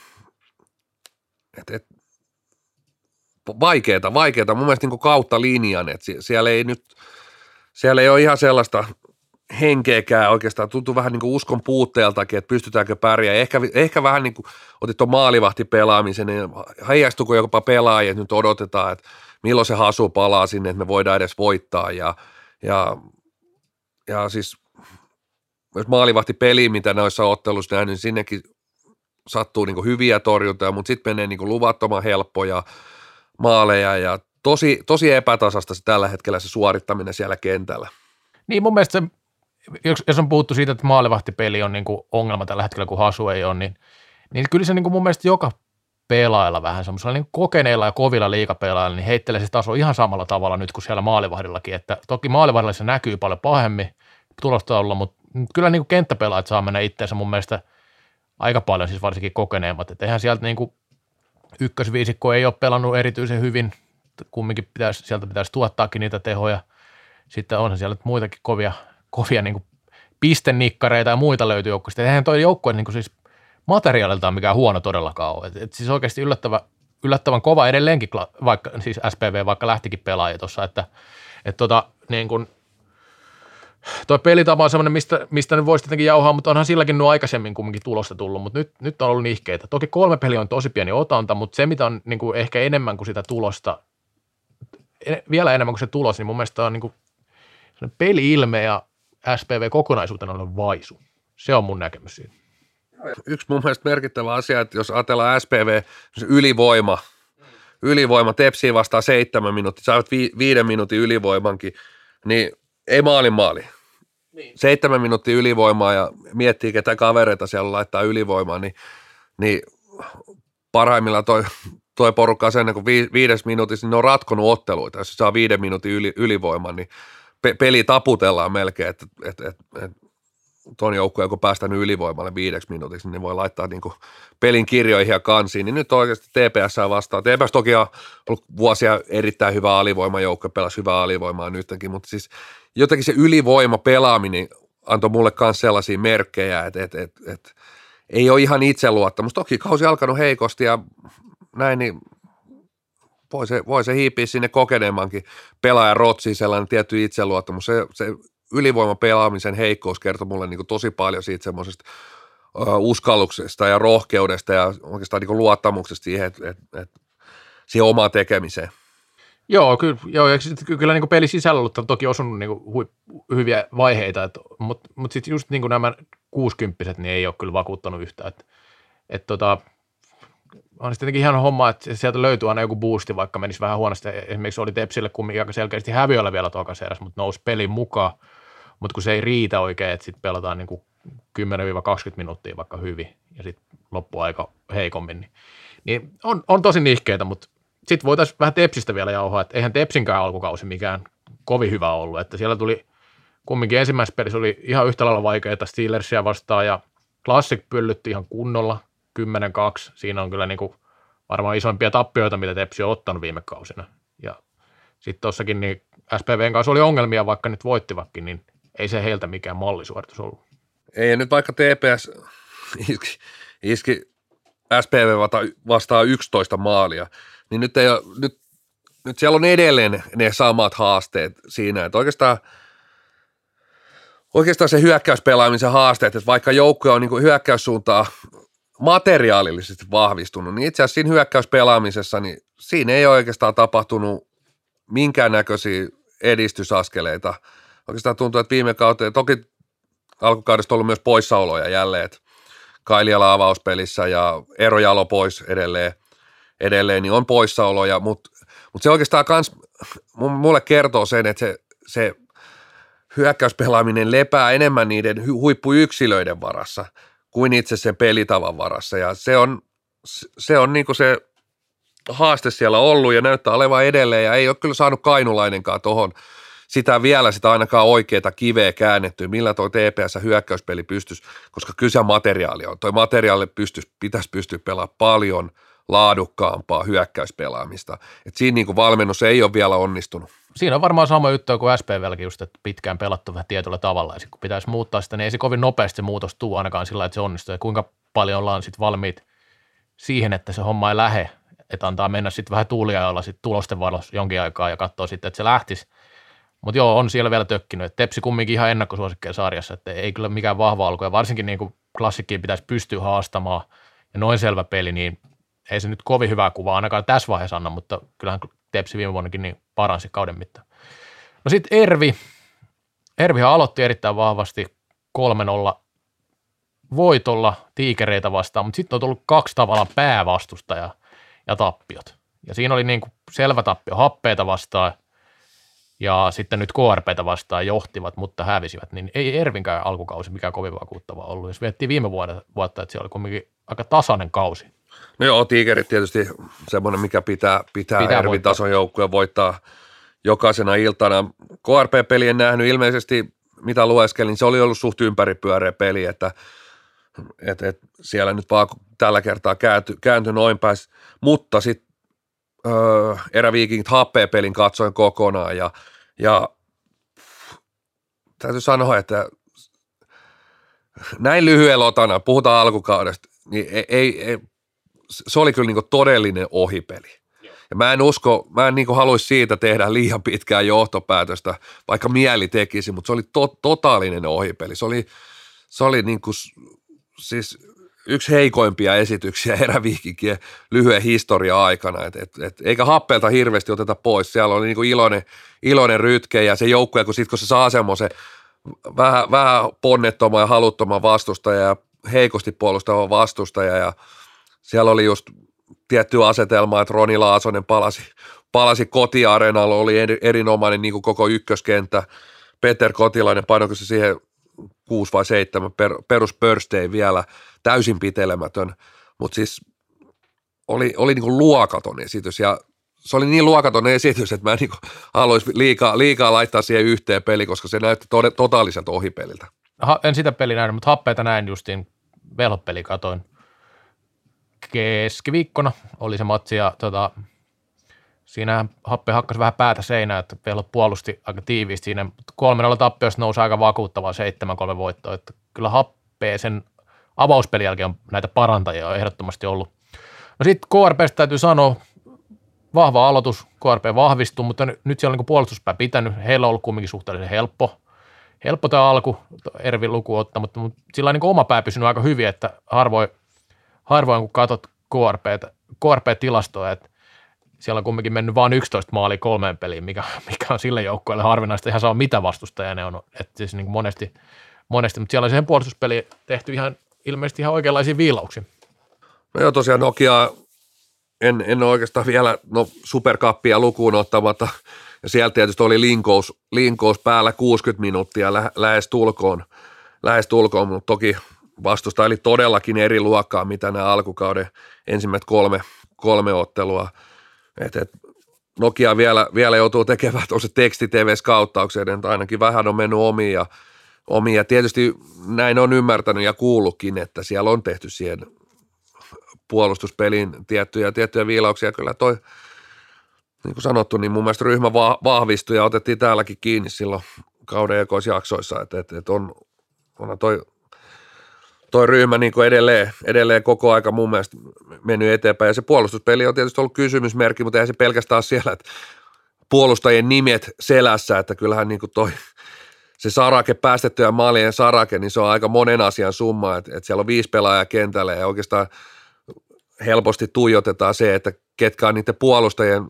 vaikeeta mun mielestä niin kuin kautta linjan, että siellä ei ole ihan sellaista henkeäkään oikeastaan, tuntuu vähän niin kuin uskon puutteeltakin, että pystytäänkö pärjäämään, ehkä vähän niin kuin otit tuon maalivahtipelaamisen, niin heijastuko jopa pelaajia, että nyt odotetaan, että milloin se hasu palaa sinne, että me voidaan edes voittaa ja siis jos maalivahtipeli, mitä noissa otteluissa nähnyt, niin sinnekin sattuu niin kuin hyviä torjuntoja, mutta sitten menee niin kuin luvattoman helppoja maaleja ja tosi epätasasta se tällä hetkellä se suorittaminen siellä kentällä. Niin mun mielestä jos on puhuttu siitä, että maalivahtipeli on niin kuin ongelma tällä hetkellä, kun hasu ei ole, niin kyllä se niin kuin mun mielestä joka pelaajalla vähän semmoisella niin kokeneilla ja kovilla liigapelaajilla, niin heittelee se taso ihan samalla tavalla nyt kuin siellä maalivahdillakin, että toki maalivahdilla se näkyy paljon pahemmin tulostaululla, mutta kyllä niin kuin kenttäpelaajat saa mennä itseensä mun mielestä aika paljon, siis varsinkin kokeneemmat, että eihän sieltä niin kuin ykkösviisikko ei ole pelannut erityisen hyvin, kumminkin sieltä pitäisi tuottaakin niitä tehoja, sitten on siellä muitakin kovia niin kuin pistennikkareita ja muita löytyy joukkueesta, eihän toi joukkue niin kuin siis materiaaliltaan mikään huono todellakaan ole, et siis oikeasti yllättävän kova edelleenkin, vaikka siis SPV vaikka lähtikin pelaajia tuossa, että niin kuin tuo pelitapa on semmoinen, mistä nyt voisi tietenkin jauhaa, mutta onhan silläkin nuo aikaisemmin kumminkin tulosta tullut, mutta nyt on ollut nihkeitä. Toki 3 peliä on tosi pieni otanta, mutta se, mitä on niin kuin ehkä enemmän kuin sitä tulosta, vielä enemmän kuin se tulos, niin mun mielestä on niin kuin peli-ilme ja SPV kokonaisuutena on vaisu. Se on mun näkemys siitä. Yksi mun mielestä merkittävä asia, että jos ajatellaan SPV, ylivoima Tepsiin vastaan 7 minuuttia, saavat 5 minuutin ylivoimankin, niin Ei maali. Niin. 7 minuuttia ylivoimaa ja miettii, ketä kavereita siellä laittaa ylivoimaan, niin parhaimmillaan toi porukka sen, kun 5 minuutissa, niin ne on ratkonut otteluita. Jos se saa 5 minuutin ylivoiman, niin peli taputellaan melkein, että ton joukkueen, kun päästään ylivoimalle 5 minuutiksi, niin ne voi laittaa niin kuin pelin kirjoihin ja kansiin. Niin nyt oikeasti TPS vastaan. TPS toki on ollut vuosia erittäin hyvä alivoimajoukkue, pelasi hyvää alivoimaa nytkin, mutta siis jotenkin se ylivoima pelaaminen antoi mulle myös sellaisia merkkejä, että ei ole ihan itseluottamus. Toki kausi alkanut heikosti ja näin, niin voi se hiipiä sinne kokeneemmankin pelaajan rotsiin sellainen tietty itseluottamus. Se ylivoimapelaamisen heikkous kertoi mulle niin kuin tosi paljon siitä semmoisesta uskalluksesta ja rohkeudesta ja oikeastaan niin kuin luottamuksesta siihen, siihen omaan tekemiseen. Joo, kyllä niin kuin pelin sisällä ollut toki osunut niin kuin hyviä vaiheita, mutta sitten just niin kuin nämä 60-vuotiaat niin ei ole kyllä vakuuttanut yhtään. On sitten ihan homma, että sieltä löytyy aina joku boosti, vaikka menisi vähän huonosti. Esimerkiksi oli Tepsille kumminkin aika selkeästi häviöllä vielä tokassa eräs, mutta nousi pelin mukaan. Mutta kun se ei riitä oikein, että sitten pelataan niin kuin 10-20 minuuttia vaikka hyvin ja sitten loppuaika heikommin, niin on tosi nihkeitä, mutta sitten voitaisiin vähän Tepsistä vielä jauhaa, että eihän Tepsinkään alkukausi mikään kovin hyvä ollut, että siellä tuli kumminkin ensimmäisessä pelissä oli ihan yhtä lailla vaikeita Steelersia vastaan ja Classic pyllytti ihan kunnolla 10-2, siinä on kyllä niin kuin varmaan isoimpia tappioita, mitä Tepsi on ottanut viime kausina ja sitten tuossakin niin SPVn kanssa oli ongelmia, vaikka nyt voittivatkin, niin ei se heiltä mikään mallisuoritus ollut. Ei, ja nyt vaikka TPS iski SPV vastaan 11 maalia, niin nyt siellä on edelleen ne samat haasteet siinä, että oikeastaan se hyökkäyspelaamisen haasteet, että vaikka joukkue on niin kuin hyökkäyssuuntaan materiaalillisesti vahvistunut, niin itse asiassa siinä hyökkäyspelaamisessa, niin siinä ei ole oikeastaan tapahtunut minkäännäköisiä edistysaskeleita. Oikeastaan tuntuu, että viime kauteen, toki alkukaudesta on ollut myös poissaoloja jälleen, että Kailiala avauspelissä ja Eero Jalo pois edelleen niin on poissaoloja, mutta se oikeastaan kans mulle kertoo sen, että se hyökkäyspelaaminen lepää enemmän niiden huippuyksilöiden varassa kuin itse sen pelitavan varassa ja se on niinku se haaste siellä ollut ja näyttää olevan edelleen ja ei ole kyllä saanut kainulainenkaan tuohon sitä ainakaan oikeaa kiveä käännettyä, millä toi TPS-hyökkäyspeli pystyisi, koska kyse materiaali on. Toi materiaali pitäisi pystyä pelaamaan paljon laadukkaampaa hyökkäyspelaamista. Et siinä niin kuin valmennus ei ole vielä onnistunut. Siinä on varmaan sama juttu kuin SPVlläkin just, että pitkään pelattu vähän tietyllä tavalla. Ja kun pitäisi muuttaa sitä, niin ei se kovin nopeasti se muutos tule ainakaan sillä, että se onnistuu. Ja kuinka paljon ollaan sitten valmiit siihen, että se homma ei lähe, että antaa mennä sitten vähän tuulia ja olla sitten tulosten valossa jonkin aikaa ja katsoa sitten, että se lähtisi. Mutta joo, on siellä vielä tökkinyt. Et Tepsi kumminkin ihan ennakkosuosikkeja sarjassa, että ei kyllä mikään vahva alku. Ja varsinkin niin kuin Klassikkiin pitäisi pystyä haastamaan ja noin selvä peli, niin ei se nyt kovin hyvää kuvaa ainakaan tässä vaiheessa anna, mutta kyllähän Tepsi viime vuonnakin niin paransi kauden mittaan. No sitten Ervi. Ervihan aloitti erittäin vahvasti 3-0 voitolla Tiikereitä vastaan, mutta sitten on tullut 2 tavallaan päävastustajaa ja tappiot. Ja siinä oli niin kuin selvä tappio Happeita vastaan ja sitten nyt KRP:tä vastaan johtivat, mutta hävisivät, niin ei Ervinkään alkukausi mikään kovin vakuuttava ollut. Jos viettiin viime vuotta, että se oli kuitenkin aika tasainen kausi. No joo, Tiikerit tietysti semmoinen, mikä pitää Ervin tason joukkueen voittaa jokaisena iltana. KRP-peli en nähnyt ilmeisesti, mitä lueskelin, se oli ollut suht ympäripyöreä peli, että siellä nyt vaan tällä kertaa kääntyi noin päin, mutta sitten Eräviikingit Happea-pelin katsoin kokonaan ja täytyy sanoa, että näin lyhyellä otana, puhutaan alkukaudesta, niin ei se oli kyllä niin kuin todellinen ohipeli. Ja mä en niin kuin haluaisi siitä tehdä liian pitkää johtopäätöstä, vaikka mieli tekisi, mutta se oli totaalinen ohipeli. Se oli niin kuin, siis yksi heikoimpia esityksiä Eräviikinkien lyhyen historian aikana, eikä Happeelta hirveästi oteta pois. Siellä oli niin kuin iloinen rytke ja se joukkue, kun se saa semmoisen vähän ponnettoman ja haluttoman vastustaja ja heikosti puolustava vastustaja ja siellä oli just tiettyä asetelmaa, että Roni Laasonen palasi kotiareenalla, oli erinomainen niin kuin koko ykköskenttä, Peter Kotilainen, painoiko se siihen 6 vai 7, perus birthday vielä, täysin pitelemätön, mutta siis oli niin kuin luokaton esitys, ja se oli niin luokaton esitys, että mä niin haluaisin liikaa laittaa siihen yhteen peli, koska se näytti totaaliselta ohipeliltä. En sitä peliä nähnyt, mutta Happeita näin justiin, velhopeli katoin. Keskiviikkona oli se matsi, ja siinä Happe hakkasi vähän päätä seinään, että Velho puolusti aika tiiviisti siinä. 3-0 tappiosta nousi aika vakuuttavaa 7-3 voittoa. Että kyllä Happe sen avauspelin jälkeen on näitä parantajia on ehdottomasti ollut. No sitten KRP:stä täytyy sanoa, vahva aloitus, KRP vahvistuu, mutta nyt siellä on niin puolustuspää pitänyt. Heillä on ollut kumminkin suhteellisen helppo tämä alku, Ervi luku ottaa, mutta sillä on niin oma pää pysynyt aika hyvin, että harvoin kun katsot KRP-tilastoa, että siellä on kumminkin mennyt vain 11 maalia 3 peliin, mikä on sille joukkueelle harvinaista. Ihan saa mitä vastustajia ne on, että siis niin kuin monesti, mutta siellä on siihen puolustuspeliin tehty ilmeisesti ihan oikeanlaisia viilauksia. No joo, tosiaan Nokia en oikeastaan vielä superkappia lukuun ottamatta, ja sieltä tietysti oli linkous päällä 60 minuuttia lähes tulkoon, mutta toki vastusta eli todellakin eri luokkaa, mitä nämä alkukauden ensimmäiset kolme ottelua. Nokia vielä joutuu tekemään tuollaisen teksti-TV-skauttauksen, että ainakin vähän on mennyt omiin, ja tietysti näin on ymmärtänyt ja kuullutkin, että siellä on tehty siihen puolustuspeliin tiettyjä viilauksia. Kyllä toi, niin kuin sanottu, niin mun mielestä ryhmä vahvistui ja otettiin täälläkin kiinni silloin kauden ekoisjaksoissa, että on toi ryhmä niin kuin edelleen koko aika mun mielestä mennyt eteenpäin, ja se puolustuspeli on tietysti ollut kysymysmerkki, mutta eihän se pelkästään siellä, että puolustajien nimet selässä, että kyllähän niin kuin se sarake, päästettyä maalien sarake, niin se on aika monen asian summa, että siellä on 5 pelaajaa kentällä, ja oikeastaan helposti tuijotetaan se, että ketkä on niiden puolustajien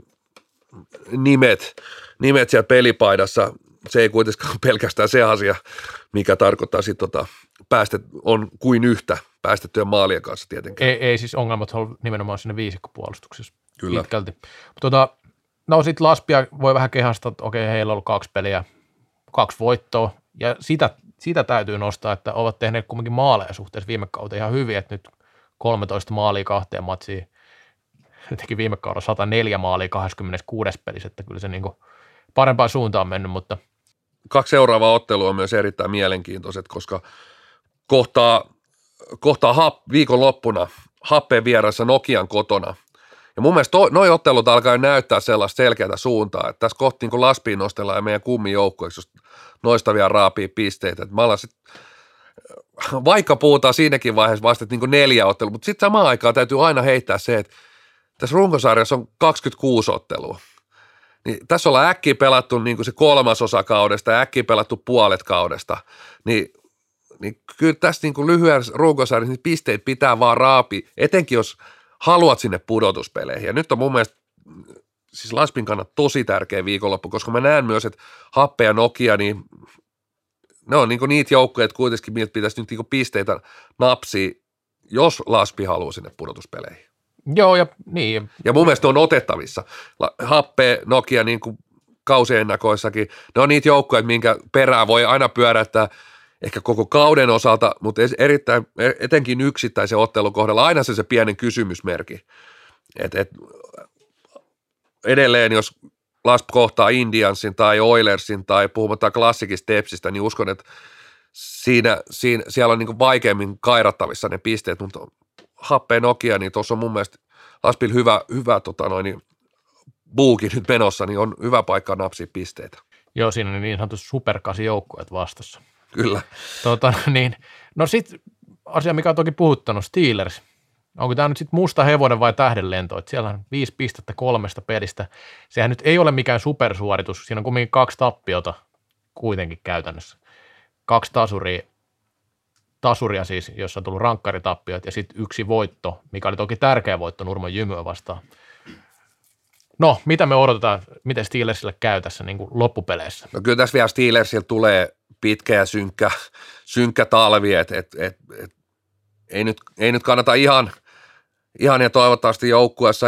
nimet siellä pelipaidassa. Se ei kuitenkaan pelkästään se asia, mikä tarkoittaa sitten on kuin yhtä päästettyä maalien kanssa tietenkin. Ei siis ongelmat on nimenomaan sinne viisikkopuolustuksessa. Kyllä. Pitkälti. No sitten Laspia voi vähän kehastaa, että okei, heillä on ollut 2 peliä, 2 voittoa, ja sitä täytyy nostaa, että ovat tehneet kumminkin maaleja suhteessa viime kautta ihan hyvin, että nyt 13 maalia 2 matsiin, teki viime kaudella 104 maalia 26 pelissä, että kyllä se niinku parempaan suuntaan on mennyt, mutta 2 seuraavaa ottelua on myös erittäin mielenkiintoiset, koska kohtaa viikonloppuna Happeen vieressä Nokian kotona. Ja mun mielestä noi ottelut alkaa näyttää sellaista selkeää suuntaa, että tässä kohti niin Laspiin nostellaan ja meidän kummin joukkueeksi, jos noista vielä raapii pisteitä. Että vaikka puhutaan siinäkin vaiheessa vasta, että niin 4 ottelua, mutta sitten samaan aikaan täytyy aina heittää se, että tässä runkosarjassa on 26 ottelua. Niin tässä ollaan äkkiä pelattu niin kuin se 1/3 kaudesta ja äkkiä pelattu puolet kaudesta, niin kyllä tässä niin kuin lyhyessä runkosarjassa niin pisteitä pitää vaan raapia, etenkin jos haluat sinne pudotuspeleihin. Ja nyt on mun mielestä siis Laspin kannalta tosi tärkeä viikonloppu, koska mä näen myös, että Happe ja Nokia, niin ne on niin kuin niitä joukkoja, että kuitenkin miltä pitäisi nyt niin kuin pisteitä napsia, jos Laspi haluaa sinne pudotuspeleihin. joo, ja niin. Ja mun mielestä on otettavissa. Happe, Nokia, niin kuin kausiennakoissakin, ne on niitä joukkoja, minkä perään voi aina pyöräyttää ehkä koko kauden osalta, mutta etenkin yksittäisen ottelun kohdalla aina se pienen kysymysmerkki. Edelleen, jos Lasp kohtaa Indiansin tai Oilersin tai puhumatta klassikista Tepsistä, niin uskon, että siellä on niin kuin vaikeammin kairattavissa ne pisteet, mutta Happe Nokia, niin tuossa on mun mielestä Laspil hyvä buuki nyt menossa, niin on hyvä paikka napsia pisteitä. Joo, siinä on niin sanotusti superkasi joukkueet vastassa. Kyllä. No sitten asia, mikä on toki puhuttanut, Steelers. Onko tämä nyt sitten musta hevonen vai tähdenlento? Että siellä on 5 pistettä 3 pelistä. Sehän nyt ei ole mikään supersuoritus. Siinä on kuitenkin 2 tappiota kuitenkin käytännössä. 2 tasuria siis, jossa on tullut rankkaritappiot ja sitten 1 voitto, mikä oli toki tärkeä voitto Nurmon Jymyä vastaan. No, mitä me odotetaan, miten Steelersille käy tässä niin kuin loppupeleissä? No kyllä tässä vielä Steelersille tulee pitkä ja synkkä talvi, että ei nyt kannata ihan ja toivottavasti joukkueessa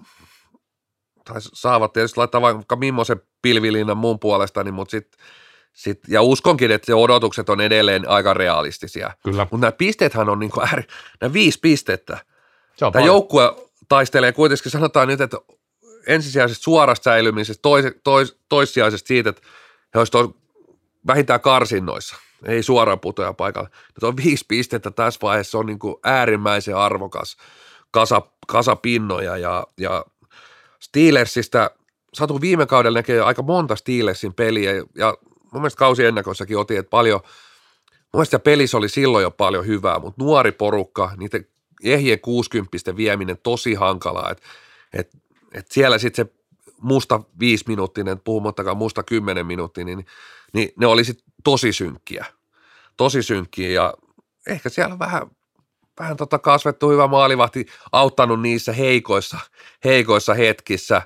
tai saavat tietysti laittaa vaikka millaisen pilvilinnan mun puolestani, mutta sitten Ja uskonkin, että se odotukset on edelleen aika realistisia. Kyllä. Mutta nämä pisteethän on niinku nämä 5 pistettä. Tämä joukkue taistelee kuitenkin, sanotaan nyt, että ensisijaisesti suorasta säilymisestä, toissijaisesti siitä, että he olisivat vähintään karsinnoissa, ei suoraan putoja paikalla. Tuo 5 pistettä tässä vaiheessa on niinku äärimmäisen arvokas kasapinnoja ja Steelersistä Satu viime kaudella näkee aika monta Steelersin peliä ja mun mielestä kausiennakossakin otin, että paljon, mun mielestä pelissä oli silloin jo paljon hyvää, mutta nuori porukka, niiden ehjien 60 vieminen tosi hankalaa, että siellä sitten se musta 5-minuuttinen, puhumattakaan musta 10 minuuttia, niin ne oli sitten tosi synkkiä ja ehkä siellä vähän kasvettu hyvä maalivahti, auttanut niissä heikoissa hetkissä,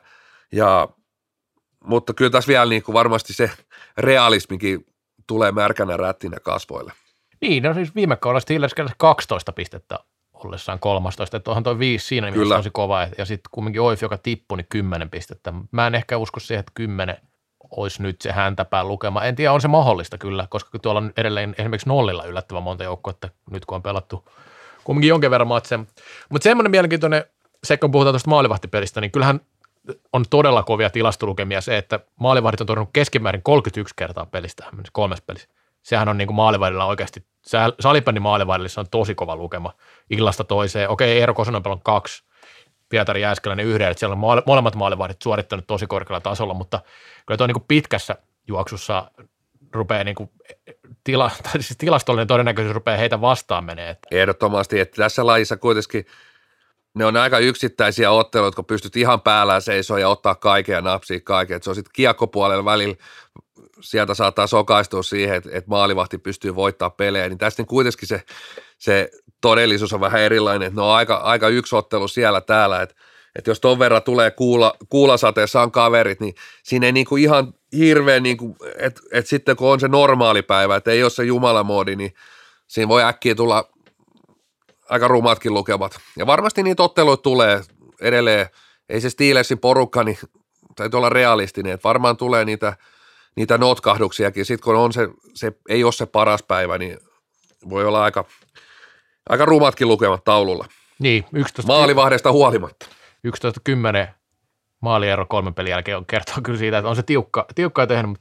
mutta kyllä tässä vielä niin kuin varmasti se realismikin tulee märkänä rättinä kasvoille. Niin, no siis viime kaudella Steelers keräsi 12 pistettä ollessaan 13, että onhan toi 5 siinä niin tosi kova, ja sitten kumminkin Oif, joka tippui, niin 10 pistettä. Mä en ehkä usko siihen, että 10 olisi nyt se häntäpään lukema. En tiedä, on se mahdollista kyllä, koska tuolla on edelleen esimerkiksi nollilla yllättävän monta joukkoa, että nyt kun on pelattu kumminkin jonkin verran matseja. Mutta semmoinen mielenkiintoinen, se kun puhutaan tuosta maalivahtipelistä, niin kyllähän on todella kovia tilastolukemia se, että maalivahdit on torjunut keskimäärin 31 kertaa pelistä 3 pelissä. Sehän on niin kuin maalivahdilla oikeasti, salibändin maalivahdilla se on tosi kova lukema illasta toiseen. Okei, Eero Kosonen on 2, Pietari Jääskeläinen 1, että siellä on molemmat maalivahdit suorittanut tosi korkealla tasolla, mutta kyllä tuo niin kuin pitkässä juoksussa rupeaa niin kuin siis tilastollinen todennäköisyys rupeaa heitä vastaan menee. Ehdottomasti, että tässä lajissa kuitenkin ne on aika yksittäisiä otteluita, kun pystyt ihan päällään seisoa ja ottaa kaiken ja napsia kaiken. Että se on sitten kiekkopuolella välillä, sieltä saattaa sokaistua siihen, että maalivahti pystyy voittamaan pelejä, niin tästä kuitenkin se todellisuus on vähän erilainen, että ne on aika yksi ottelu siellä täällä, että jos ton verran tulee kuulasateessa on kaverit, niin siinä ei niinku ihan hirveän, niinku, että sitten kun on se normaali päivä, että ei ole se jumalamoodi, niin siinä voi äkkiä tulla aika rumatkin lukemat. Ja varmasti niitä otteluita tulee edelleen, ei se Steelersin porukka, niin täytyy olla realistinen, että varmaan tulee niitä notkahduksiakin, sitten kun on se ei ole se paras päivä, niin voi olla aika rumatkin lukemat taululla. Niin, 11. Maalivahdesta huolimatta. 11-10 maaliero 3 pelin jälkeen on kertoo kyllä siitä, että on se tiukkaa tehnyt.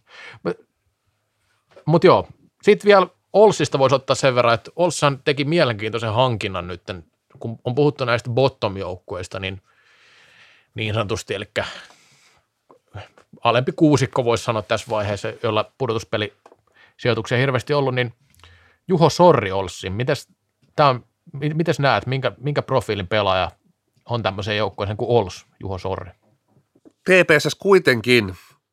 Mutta joo, sitten vielä Olssista voisi ottaa sen verran, että Olssan teki mielenkiintoisen hankinnan nyt, kun on puhuttu näistä bottom-joukkueista, niin sanotusti, eli alempi kuusikko voisi sanoa tässä vaiheessa, jolla pudotuspelisijoituksia hirveästi ollut, niin Juho Sorri Olssi, mites näet, minkä profiilin pelaaja on tämmöiseen joukkueeseen kuin Ols, Juho Sorri? TPS:ssä kuitenkin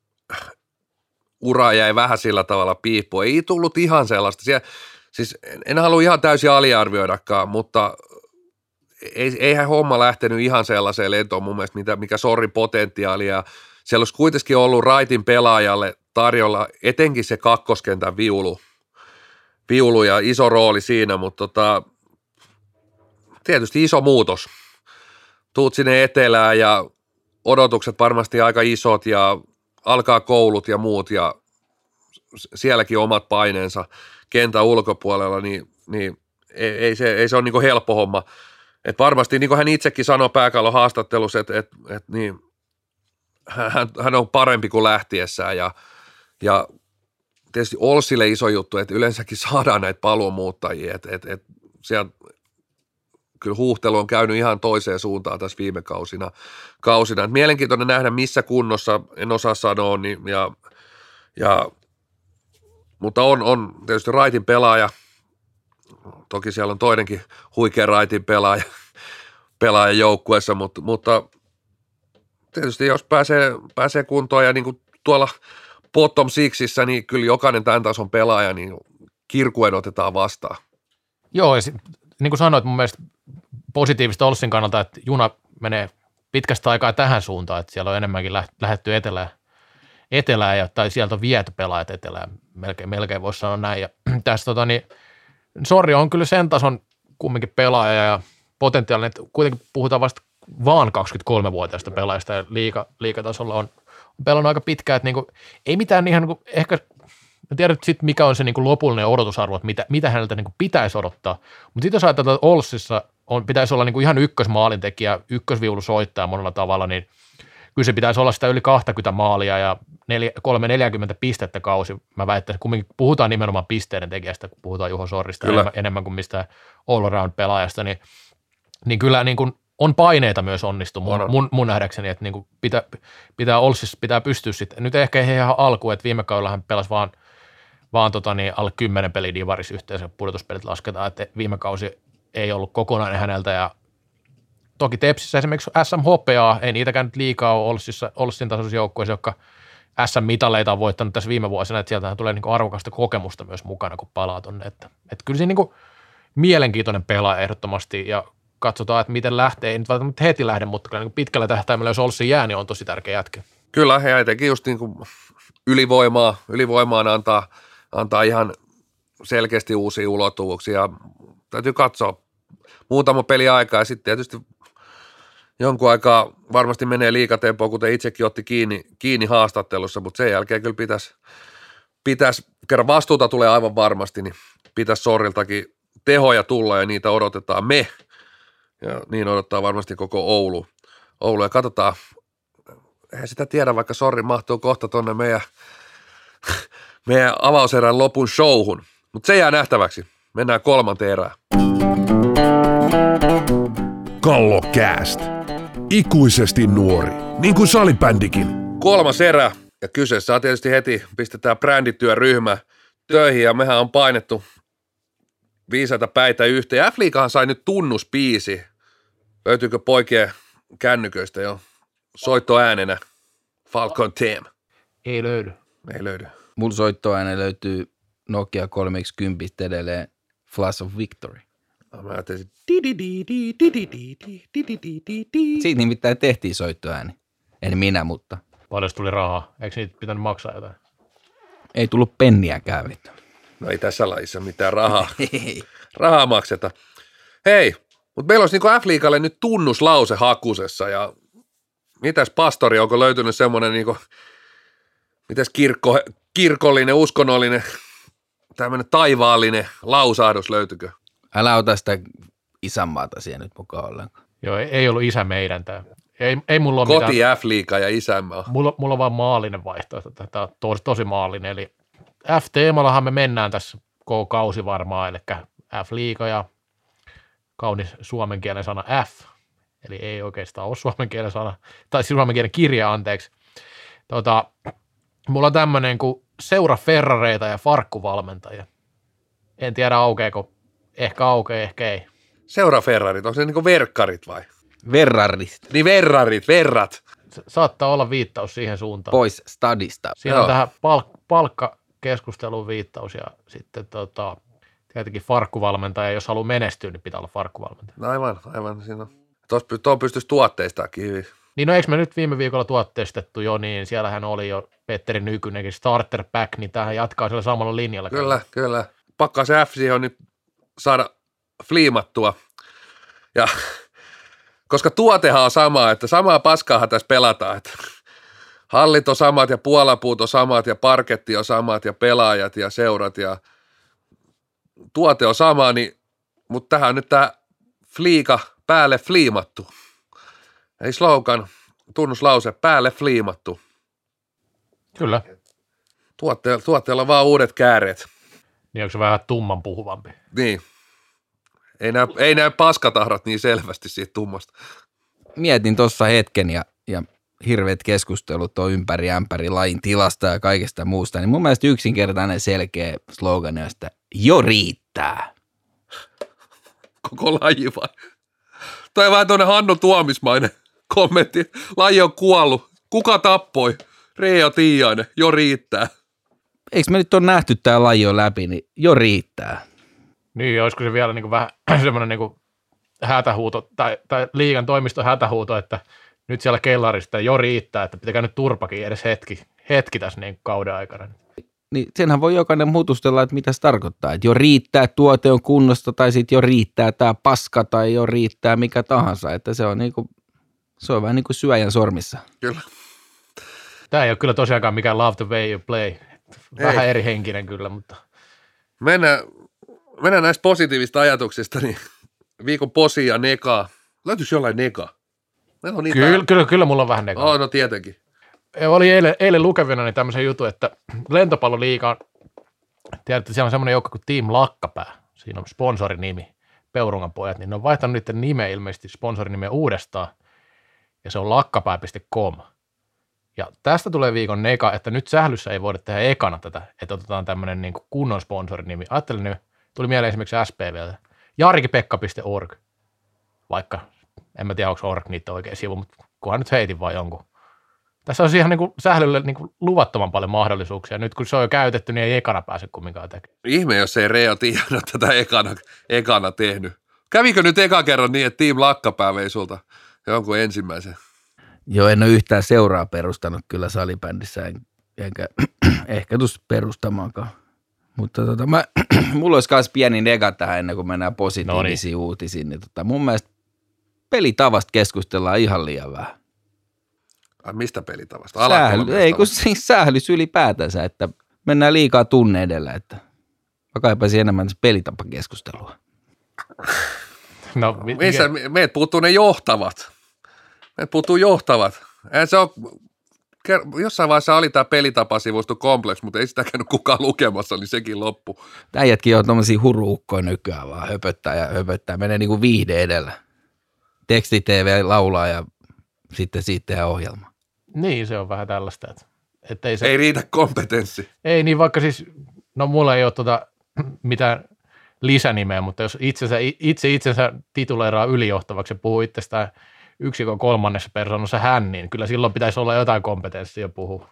ura jäi vähän sillä tavalla piippuun. Ei tullut ihan sellaista. Siis en halua ihan täysin aliarvioidakaan, mutta eihän homma lähtenyt ihan sellaiseen lentoon mun mielestä, mikä Sorrin potentiaali. Ja siellä olisi kuitenkin ollut raitin pelaajalle tarjolla etenkin se kakkoskentän viulu ja iso rooli siinä, mutta tietysti iso muutos. Tuut sinne etelään ja odotukset varmasti aika isot ja alkaa koulut ja muut ja sielläkin omat paineensa kentän ulkopuolella, niin ei se ole niin kuin helppo homma. Et varmasti, niin kuin hän itsekin sanoi Pääkallon haastattelussa, että niin, hän on parempi kuin lähtiessään ja tietysti Olssille iso juttu, että yleensäkin saadaan näitä paluumuuttajia, että sieltä kyllä huuhtelu on käynyt ihan toiseen suuntaan tässä viime kausina. Et mielenkiintoinen nähdä, missä kunnossa, en osaa sanoa, niin, mutta on tietysti raitin pelaaja, toki siellä on toinenkin huikea raitin pelaaja joukkueessa, mutta tietysti jos pääsee kuntoon ja niin kuin tuolla bottom sixissä, niin kyllä jokainen tämän tason pelaaja niin kirkuen otetaan vastaan. Joo, ja niin kuin sanoit, mun mielestä positiivista Olssin kannalta, että juna menee pitkästä aikaa tähän suuntaan, että siellä on enemmänkin lähdetty etelään tai sieltä on viety pelaajat etelään, melkein voisi sanoa näin. Ja tässä Sorri on kyllä sen tason kumminkin pelaaja ja potentiaalinen, että kuitenkin puhutaan vasta vaan 23-vuotiaista pelaajista ja liigatasolla on pelannut aika pitkään, että niinku, ei mitään ihan niinku, ehkä mä tiedän sitten, mikä on se niin kuin lopullinen odotusarvo, että mitä häneltä niin kuin pitäisi odottaa. Mutta sitten jos ajatellaan, että Olssissa pitäisi olla niin kuin ihan ykkösmaalintekijä, ykkösviulusoittaja monella tavalla, niin kyllä se pitäisi olla sitä yli 20 maalia ja 340 pistettä kausi. Mä väittäisin, kumminkin puhutaan nimenomaan pisteiden tekijästä, kun puhutaan Juho Sorrista enemmän kuin mistään all-around-pelaajasta, niin kyllä niin kuin on paineita myös onnistu mun nähdäkseni, että niin kuin pitää pystyä sitten. Nyt ehkä ei ihan alkuun, että viime kaudella hän pelasi vaan alle 10 peliä divaris yhteensä, pudotuspelit lasketaan, että viime kausi ei ollut kokonainen häneltä ja toki Tepsissä esimerkiksi SM-hopeaa, ei niitäkään nyt liikaa ole Olssin tasoisissa joukkueissa, jotka SM-mitaleita on voittanut tässä viime vuosina, että sieltähän tulee niin arvokasta kokemusta myös mukana, kun palaa tonne. Että kyllä siinä niin mielenkiintoinen pelaaja ehdottomasti ja katsotaan, että miten lähtee, ei nyt välttämättä heti lähde, mutta kyllä niin pitkällä tähtäimellä, jos Olssin jää, niin on tosi tärkeä jätkä. Kyllä, ja etenkin just niin kuin ylivoimaan antaa ihan selkeästi uusia ulottuvuuksia. Täytyy katsoa muutama peli aikaa ja sitten tietysti jonkun aikaa varmasti menee liikatempoon, kuten itsekin otti kiinni haastattelussa, mutta sen jälkeen kyllä pitäisi, kerran vastuuta tulee aivan varmasti, niin pitäisi Sorriltakin tehoja tulla ja niitä odotetaan me ja niin odottaa varmasti koko Oulu ja katsotaan, eihän sitä tiedä, vaikka Sorri mahtuu kohta tuonne meidän avauserän lopun showhun, mutta se jää nähtäväksi. Mennään 3. erään. Kallokääst. Ikuisesti nuori, niin kuin salibändikin. 3. erä, ja kyseessä on tietysti heti, pistetään brändityöryhmä töihin, ja mehän on painettu viisaita päitä yhteen. F-liigahan sai nyt tunnuspiisi. Löytyykö poikien kännyköistä jo soittoäänenä Falcon Team? Ei löydy. Mulla soittoääne löytyy Nokia 3X10 edelleen Flash of Victory. Mä ajattelin, Siitä nimittäin tehtiin soittoääni. En minä, mutta Paljon tuli rahaa. Eikö niitä pitänyt maksaa jotain? ei tullut penniäkään vittu. no ei tässä lajissa mitään rahaa makseta. Hei, mutta meillä olisi niin F-liigalle nyt tunnuslause hakusessa ja mitäs pastori, onko löytynyt semmoinen niinku, mitäs kirkollinen, uskonnollinen, tämmöinen taivaallinen lausahdus löytykö? Älä ota sitä isänmaata siihen nyt mukaan ollenkaan. Joo, ei ollut isä meidän tämä. Ei mulla ole Koti, mitään. F-liiga ja isänmaa. Mulla on vaan maallinen vaihtoehto. Tämä on tosi maallinen. Eli F-teemallahan me mennään tässä koko kausi varmaan, eli F-liiga ja kaunis suomen kielen sana F. Eli ei oikeastaan ole suomen kielen sana, tai suomen kielen kirja, anteeksi. Mulla on tämmöinen kuin seura Ferrareita ja farkkuvalmentajia. En tiedä aukeeko. Ehkä aukeaa, ehkä ei. Seura Ferrarit, onko se niinku verkkarit vai? Verrarit Niin verrat. Saattaa olla viittaus siihen suuntaan. pois stadista. Siinä on tähän palkkakeskusteluun viittaus ja sitten tietenkin farkkuvalmentaja. Jos haluaa menestyä, niin pitää olla farkkuvalmentaja. No aivan siinä on. Tuon pystyisi tuotteistakin hyvin. Niin no eikö me nyt viime viikolla tuotteistettu jo, niin siellähän oli jo Petteri Nykynenkin starter pack, niin tähän jatkaa sillä samalla linjalla. Kyllä. Pakkaa se F siihen on nyt saada fliimattua. Ja koska tuotehan on sama, että samaa paskaahan tässä pelataan, että hallit on samat ja puolapuut on samat ja parketti on samat ja pelaajat ja seurat ja tuote on sama, niin, mutta tähän on nyt tämä fliika päälle fliimattu. Eli slogan, tunnuslause, päälle fliimattu. Kyllä. Tuotteella on vaan uudet kääreet. Niin onko se vähän tumman puhuvampi? Niin. Ei näy paskatahrat niin selvästi siitä tummasta. Mietin tuossa hetken ja hirveät keskustelut on ympäri ämpäri lajin tilasta ja kaikesta muusta, niin mun mielestä yksinkertainen selkeä slogan on, että jo riittää. Koko laji vai? Toi on vähän tuonne Hannu Tuomismainen kommentti. Laji on kuollut. Kuka tappoi? Reijo Tiiainen. Jo riittää. Eikö me nyt ole nähty tää laji jo läpi, niin jo riittää. Niin, olisiko se vielä niin kuin vähän semmoinen niin kuin hätähuuto tai liigan toimiston hätähuuto, että nyt siellä kellarista jo riittää, että pitäkää nyt turpakin edes hetki tässä niin kauden aikana. Niin senhän voi jokainen mutustella, että mitä se tarkoittaa. Että jo riittää, tuote on kunnosta tai sitten jo riittää tämä paska tai jo riittää mikä tahansa. Että se on, se on vähän niin kuin syöjän sormissa. Kyllä. Tämä ei ole kyllä tosiaankaan mikään love the way you play. vähän eri henkinen kyllä, mutta. Mennään näistä positiivista ajatuksista, niin viikon posi ja neka. Löytyisi jollain neka? Kyllä mulla on vähän neka. No tietenkin. Oli eilen lukevinani tämmöisen jutun, että lentopalloliigaan, tiedätte, siellä on semmoinen joukko kuin Team Lakkapää. Siinä on sponsorinimi, Peurungan pojat, niin ne on vaihtanut niiden nimeä ilmeisesti sponsorinimeä uudestaan, ja se on lakkapää.com. Ja tästä tulee viikon neka, että nyt Sählyssä ei voida tehdä ekana tätä, että otetaan tämmöinen niin kuin kunnon sponsorinimi. Ajattelin, niin tuli mieleen esimerkiksi SPVltä. Jarkipekka.org, vaikka en mä tiedä, onko org niitä oikein sivu, mutta kunhan nyt heitin vaan jonkun. Tässä on ihan niin kuin Sählylle niin kuin luvattoman paljon mahdollisuuksia. Nyt kun se on jo käytetty, niin ei ekana pääse kumminkaan tekemään. Ihme, jos ei Rea Tiana tätä ekana tehnyt. Kävikö nyt eka kerran niin, että Team Lakkapää vei sulta jonkun ensimmäisen? Joo, en ole yhtään seuraa perustanut kyllä salibändissä, enkä ehkä tuossa perustamaankaan. Mutta mulla olisi myös pieni nega tähän ennen kuin mennään positiivisiin uutisiin. Niin mun mielestä pelitavasta keskustellaan ihan liian vähän. Mistä pelitavasta? Ei kun siis Sählys ylipäätänsä, että mennään liikaa tunne edellä, että mä kaipaisin enemmän pelitapakeskustelua. No, meitä puuttuu ne johtavat. Meitä puuttuu johtavat. Se on, jossain vaiheessa oli tämä pelitapasivusto Complex, mutta ei sitä käynyt kukaan lukemassa, niin sekin loppu. Äijätkin on tommosia huruukkoja nykyään vaan höpöttää, menee niin kuin viihde edellä. Teksti-TV laulaa ja sitten siitä tehdään ohjelma. Niin, se on vähän tällaista. Että ei riitä kompetenssi. Ei niin, vaikka siis, no mulla ei ole mitään lisänimeä, mutta jos itsensä tituleeraa ylijohtavaksi ja puhuu itsestään yksikön kolmannessa persoonassa hän, niin kyllä silloin pitäisi olla jotain kompetenssia puhua.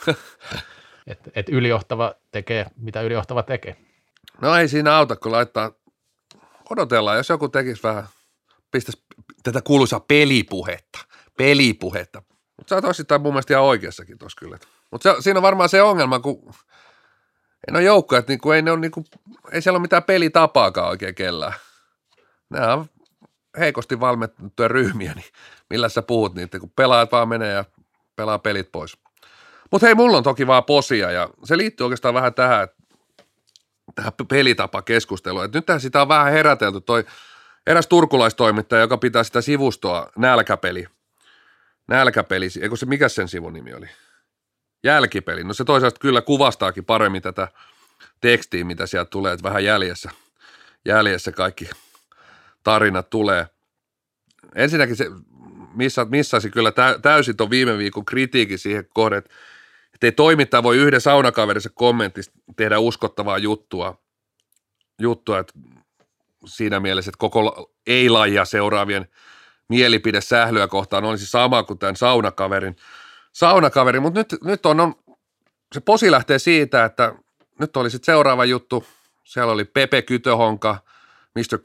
Et ylijohtava tekee, mitä ylijohtava tekee. No ei siinä auta, kun odotellaan, jos joku tekisi vähän, pistäisi tätä kuuluisaa pelipuhetta. Mutta sä oot osittain mun mielestä ihan oikeassakin tuossa kyllä. Mutta siinä on varmaan se ongelma, kun en ole joukkoja, että niinku, ei siellä ole mitään pelitapaakaan oikein kellään. Nämä on heikosti valmennettuja ryhmiä, niin millä sä puhut niitä, kun pelaajat vaan menee ja pelaa pelit pois. Mutta hei, mulla on toki vaan posia ja se liittyy oikeastaan vähän tähän pelitapakeskusteluun. Nythän sitä on vähän herätelty toi eräs turkulaistoimittaja, joka pitää sitä sivustoa nälkäpeli, eikö se, mikä sen sivun nimi oli? Jälkipeli. No se toisaalta kyllä kuvastaakin paremmin tätä tekstiä, mitä sieltä tulee, että vähän jäljessä kaikki tarinat tulee. Ensinnäkin se missasi kyllä täysin ton viime viikon kritiikin siihen kohden, että ei toimittaja voi yhden saunakaverissa kommentista tehdä uskottavaa juttua, että siinä mielessä, että koko ei-lajia seuraavien mielipide Sählyä kohtaan olisi sama kuin tämän saunakaverin, mutta nyt on se posi lähtee siitä, että nyt oli sitten seuraava juttu, siellä oli Pepe Kytöhonka, Mr.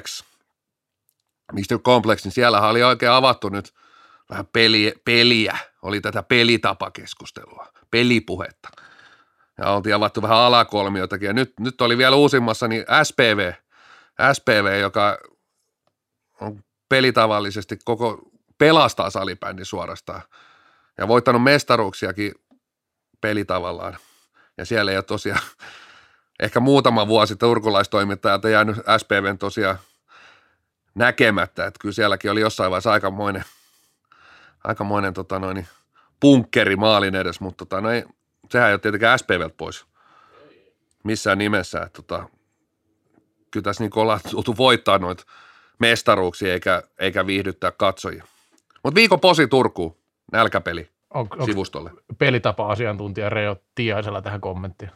Complex, niin siellähän oli oikein avattu nyt vähän peliä, oli tätä pelitapakeskustelua, pelipuhetta. Ja oltiin avattu vähän alakolmiotakin, ja nyt oli vielä uusimmassa niin SPV, joka on pelitavallisesti pelastaa salibändin suorastaan, ja voittanut mestaruuksiakin pelitavallaan. Ja siellä ei ole tosiaan, ehkä muutama vuosi turkulaistoimittajalta jäänyt SPVn tosiaan näkemättä, että kyllä sielläkin oli jossain vaiheessa aikamoinen punkkeri maalin edes, mutta sehän ei ole tietenkään SPVltä pois missään nimessä, että kyllä tässä niin ollaan tultu voittaa noita mestaruuksia eikä viihdyttää katsojia. Mutta viikon posi Turkuun, nälkäpeli sivustolle. Pelitapa-asiantuntija Reo Tiaisella tähän kommenttiin.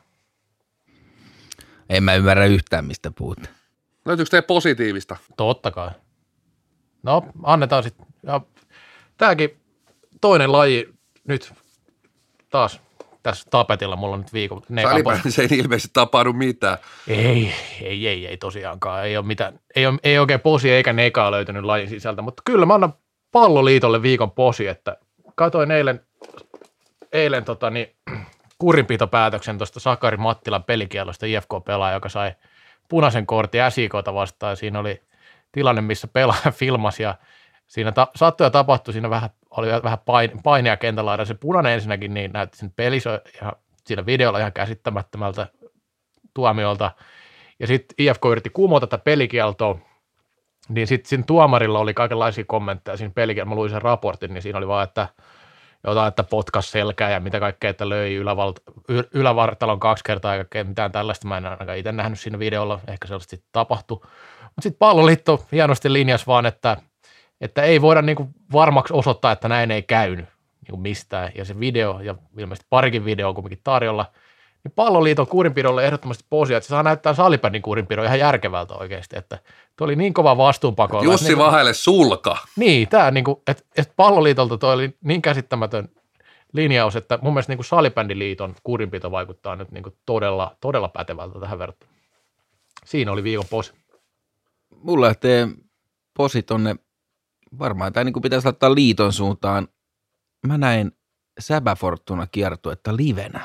En mä ymmärrä yhtään, mistä puhutte. Löytyykö teidän positiivista? Totta kai. No, annetaan sitten. Tämäkin toinen laji nyt taas tässä tapetilla. Mulla on nyt viikon salibändissä ei ilmeisesti tapahdu mitään. Ei tosiaankaan. Ei ole mitään. Ei oikein posi eikä nekaa löytynyt lajin sisältä, mutta kyllä mä annan Palloliitolle viikon posi, että katoin eilen kurinpitopäätöksen tuosta Sakari Mattilan pelikielosta IFK-pelaaja, joka sai punaisen kortin SIK:ta vastaan. Siinä oli tilanne, missä pelaaja filmasi ja siinä sattui ja tapahtui. Siinä oli vähän painia kentällä. Se punainen ensinnäkin niin näytti sen pelissä ja siinä videolla ihan käsittämättömältä tuomiolta. Ja sitten IFK yritti kumota tätä pelikieltoa, niin sitten siinä tuomarilla oli kaikenlaisia kommentteja siinä pelikieltoa. Mä luin sen raportin, niin siinä oli vaan, että jotain, että potkas selkää ja mitä kaikkea, että löi ylävartalon 2 kertaa ja kaikkea, mitään tällaista. Mä en ainakaan itse nähnyt siinä videolla, ehkä sellaista sitten tapahtui. Mutta sitten Palloliitto hienosti linjasi vaan, että ei voida niinku varmaksi osoittaa, että näin ei käynyt niinku mistään. Ja se video, ja ilmeisesti parikin video on kuitenkin tarjolla, niin Palloliiton kurinpidolle ehdottomasti posia, että se saa näyttää salibändin kurinpidon ihan järkevältä oikeasti, että tuo oli niin kova vastuunpako. Jussi niin, Vahelle sulka. Niin, tämä niinku, että Palloliitolta toi oli niin käsittämätön linjaus, että mun mielestä niinku salibändiliiton kurinpito vaikuttaa nyt niinku todella, todella pätevältä tähän verrattuna. Siinä oli viikon posi. Mulla lähtee posi tonne, varmaan tämä niin pitäisi laittaa liiton suuntaan. Mä näin Säbä Fortuna kiertuetta livenä.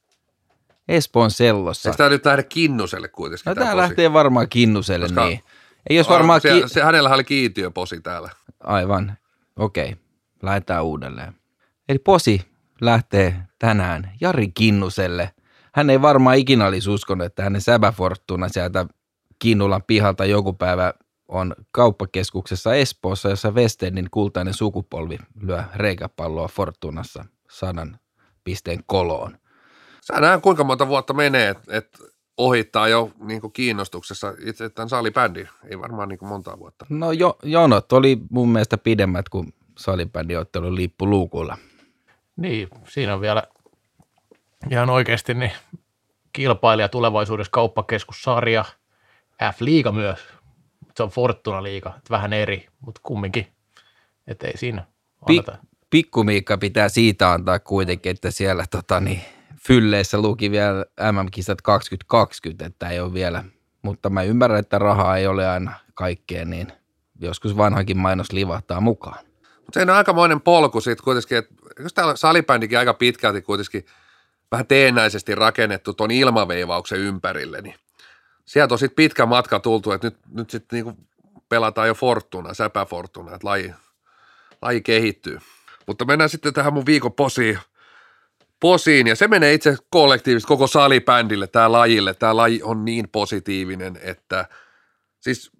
Espoon Sellossa. Eikö tämä nyt lähde Kinnuselle kuitenkin? No tämä lähtee varmaan Kinnuselle, koska niin. Ei jos varmaan hänellä oli kiintiöposi täällä. Aivan, okei. Lähdetään uudelleen. Eli posi lähtee tänään Jari Kinnuselle. Hän ei varmaan ikinä olisi uskonut, että hänen Säbä Fortuna sieltä Kinnulan pihalta joku päivä on kauppakeskuksessa Espoossa, jossa Westendin kultainen sukupolvi lyö reikäpalloa Fortunassa 100 pisteen koloon. Sä näen, kuinka monta vuotta menee, että ohittaa jo niin kuin kiinnostuksessa itse tämän salibändin. Ei varmaan niin kuin montaa vuotta. No jonot oli mun mielestä pidemmät kuin salibändiottelun lippuluukulla. Niin, siinä on vielä ihan oikeasti niin kilpailija tulevaisuudessa kauppakeskussarja, F-liiga myös. Se on Fortuna-liiga, vähän eri, mutta kumminkin, että ei siinä anneta. Pikkumiikka pitää siitä antaa kuitenkin, että siellä fylleissä luki vielä MM-kisat 2020, että ei ole vielä, mutta mä ymmärrän, että rahaa ei ole aina kaikkeen, niin joskus vanhakin mainos livahtaa mukaan. Mutta se on aikamoinen polku sitten kuitenkin, että jos täällä salibändikin aika pitkälti kuitenkin vähän teennäisesti rakennettu ton ilmaveivauksen ympärille, niin sieltä on sitten pitkä matka tultu, että nyt sitten niinku pelataan jo Fortuna, Säpä Fortuna, että laji kehittyy. Mutta mennään sitten tähän mun viikon posiin, ja se menee itse kollektiivisesti koko salibändille, tämä lajille. Tämä laji on niin positiivinen, että siis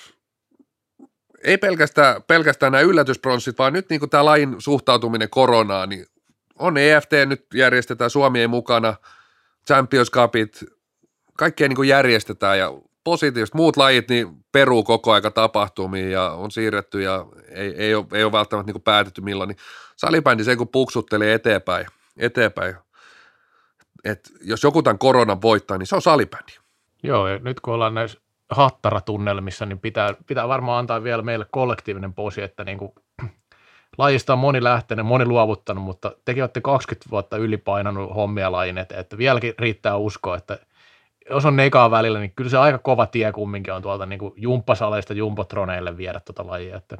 ei pelkästään nämä yllätyspronssit, vaan nyt niin tämä lajin suhtautuminen koronaan, niin on EFT nyt järjestetään, Suomi ei mukana, Champions Cupit, kaikkea niin järjestetään ja positiivisesti. Muut lajit niin peruu koko aika tapahtumia ja on siirretty ja ei ole välttämättä niin päätetty milloin. Niin salibändi se kun puksuttelee eteenpäin. Et jos joku tämän koronan voittaa, niin se on salibändi. Joo, ja nyt kun ollaan näissä hattaratunnelmissa, niin pitää varmaan antaa vielä meille kollektiivinen posi, että niin kuin lajista on moni lähtenyt, moni luovuttanut, mutta tekin olette 20 vuotta ylipainanut hommia lajin eteen, että vieläkin riittää uskoa, että jos on nekaa välillä, niin kyllä se aika kova tie kumminkin on tuolta niin kuin jumppasaleista jumbotroneille viedä tuota lajia, että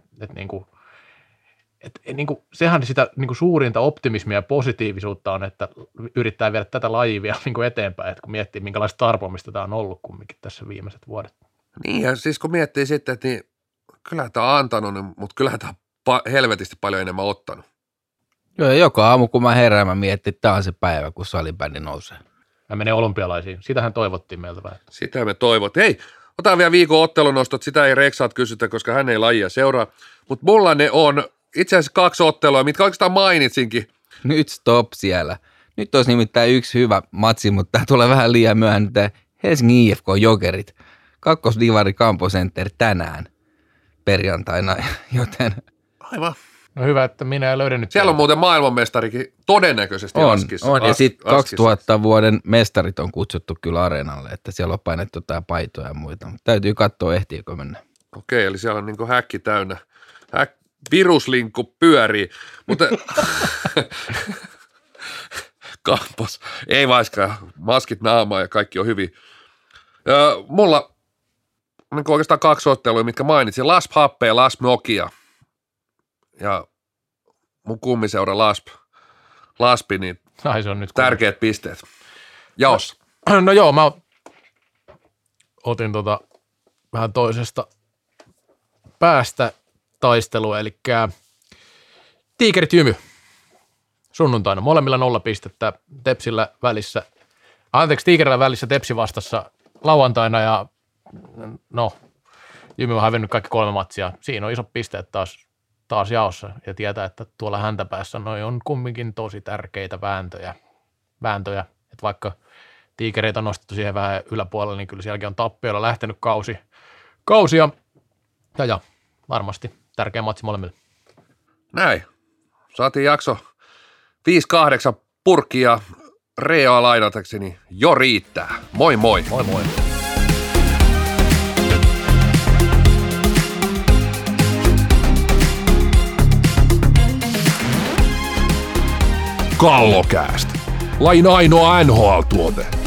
sehän sitä niin kuin suurinta optimismia ja positiivisuutta on, että yrittää viedä tätä lajia vielä niin kuin eteenpäin, että kun miettii, minkälaista tarpomista tämä on ollut kumminkin tässä viimeiset vuodet. Niin, ja siis kun miettii sitten, että niin, kyllähän tämä on antanut, mutta kyllähän tämä on helvetisti paljon enemmän ottanut. Joo, ja joka aamu kun mä herään, mä mietin, että tämä on se päivä, kun salibändi nousee. Mä menen olympialaisiin. Sitähän toivottiin meiltä vähän. Sitä me toivottiin. Hei, otan vielä viikon ottelunostot. Sitä ei Reksaat kysytä, koska hän ei lajia seuraa. Mutta mulla ne on itse asiassa 2 ottelua, mitkä oikeastaan mainitsinkin. Nyt stop siellä. Nyt olisi nimittäin yksi hyvä matsi, mutta tämä tulee vähän liian myöhään. Helsingin IFK Jokerit. Kakkosdivari Campo Center tänään perjantaina, joten... Aivan. No hyvä, että minä en löydä nyt. Siellä on muuten maailmanmestarikin todennäköisesti Askissa. On, ja sitten 2000 vuoden mestarit on kutsuttu kyllä areenalle, että siellä on painettu jotain paitoja ja muita. Mutta täytyy katsoa, ehtiikö mennä. Okei, eli siellä on niin kuin häkki täynnä. Viruslinkku pyörii, mutta Kampos, ei vaiskaan, maskit naamaa ja kaikki on hyvin. Mulla on niin oikeastaan 2 ottelua, mitkä mainitsin. LASP Happe ja LASP Nokia. Ja mun kummiseura LASPi, niin se on nyt tärkeät pisteet. Jaos. No joo, mä otin vähän toisesta päästä taistelua, eli Tiikerit Jymy. sunnuntaina. Molemmilla 0 pistettä. Tiikerillä välissä Tepsi vastassa lauantaina ja no, Jymy on hävinnyt kaikki 3 matsia. Siinä on isot pisteet taas jaossa ja tietää, että tuolla häntäpäässä noi on kumminkin tosi tärkeitä vääntöjä. Että vaikka Tiikereitä on nostettu siihen vähän yläpuolelle, niin kyllä sielläkin on tappiolla lähtenyt kausi ja varmasti tärkeä matsi molemmille. Näin. Saatiin jakso 5-8 purkkia Reaa lainatakseni jo riittää. Moi moi. Moi moi. Kallokääst. Lain ainoa NHL-tuote.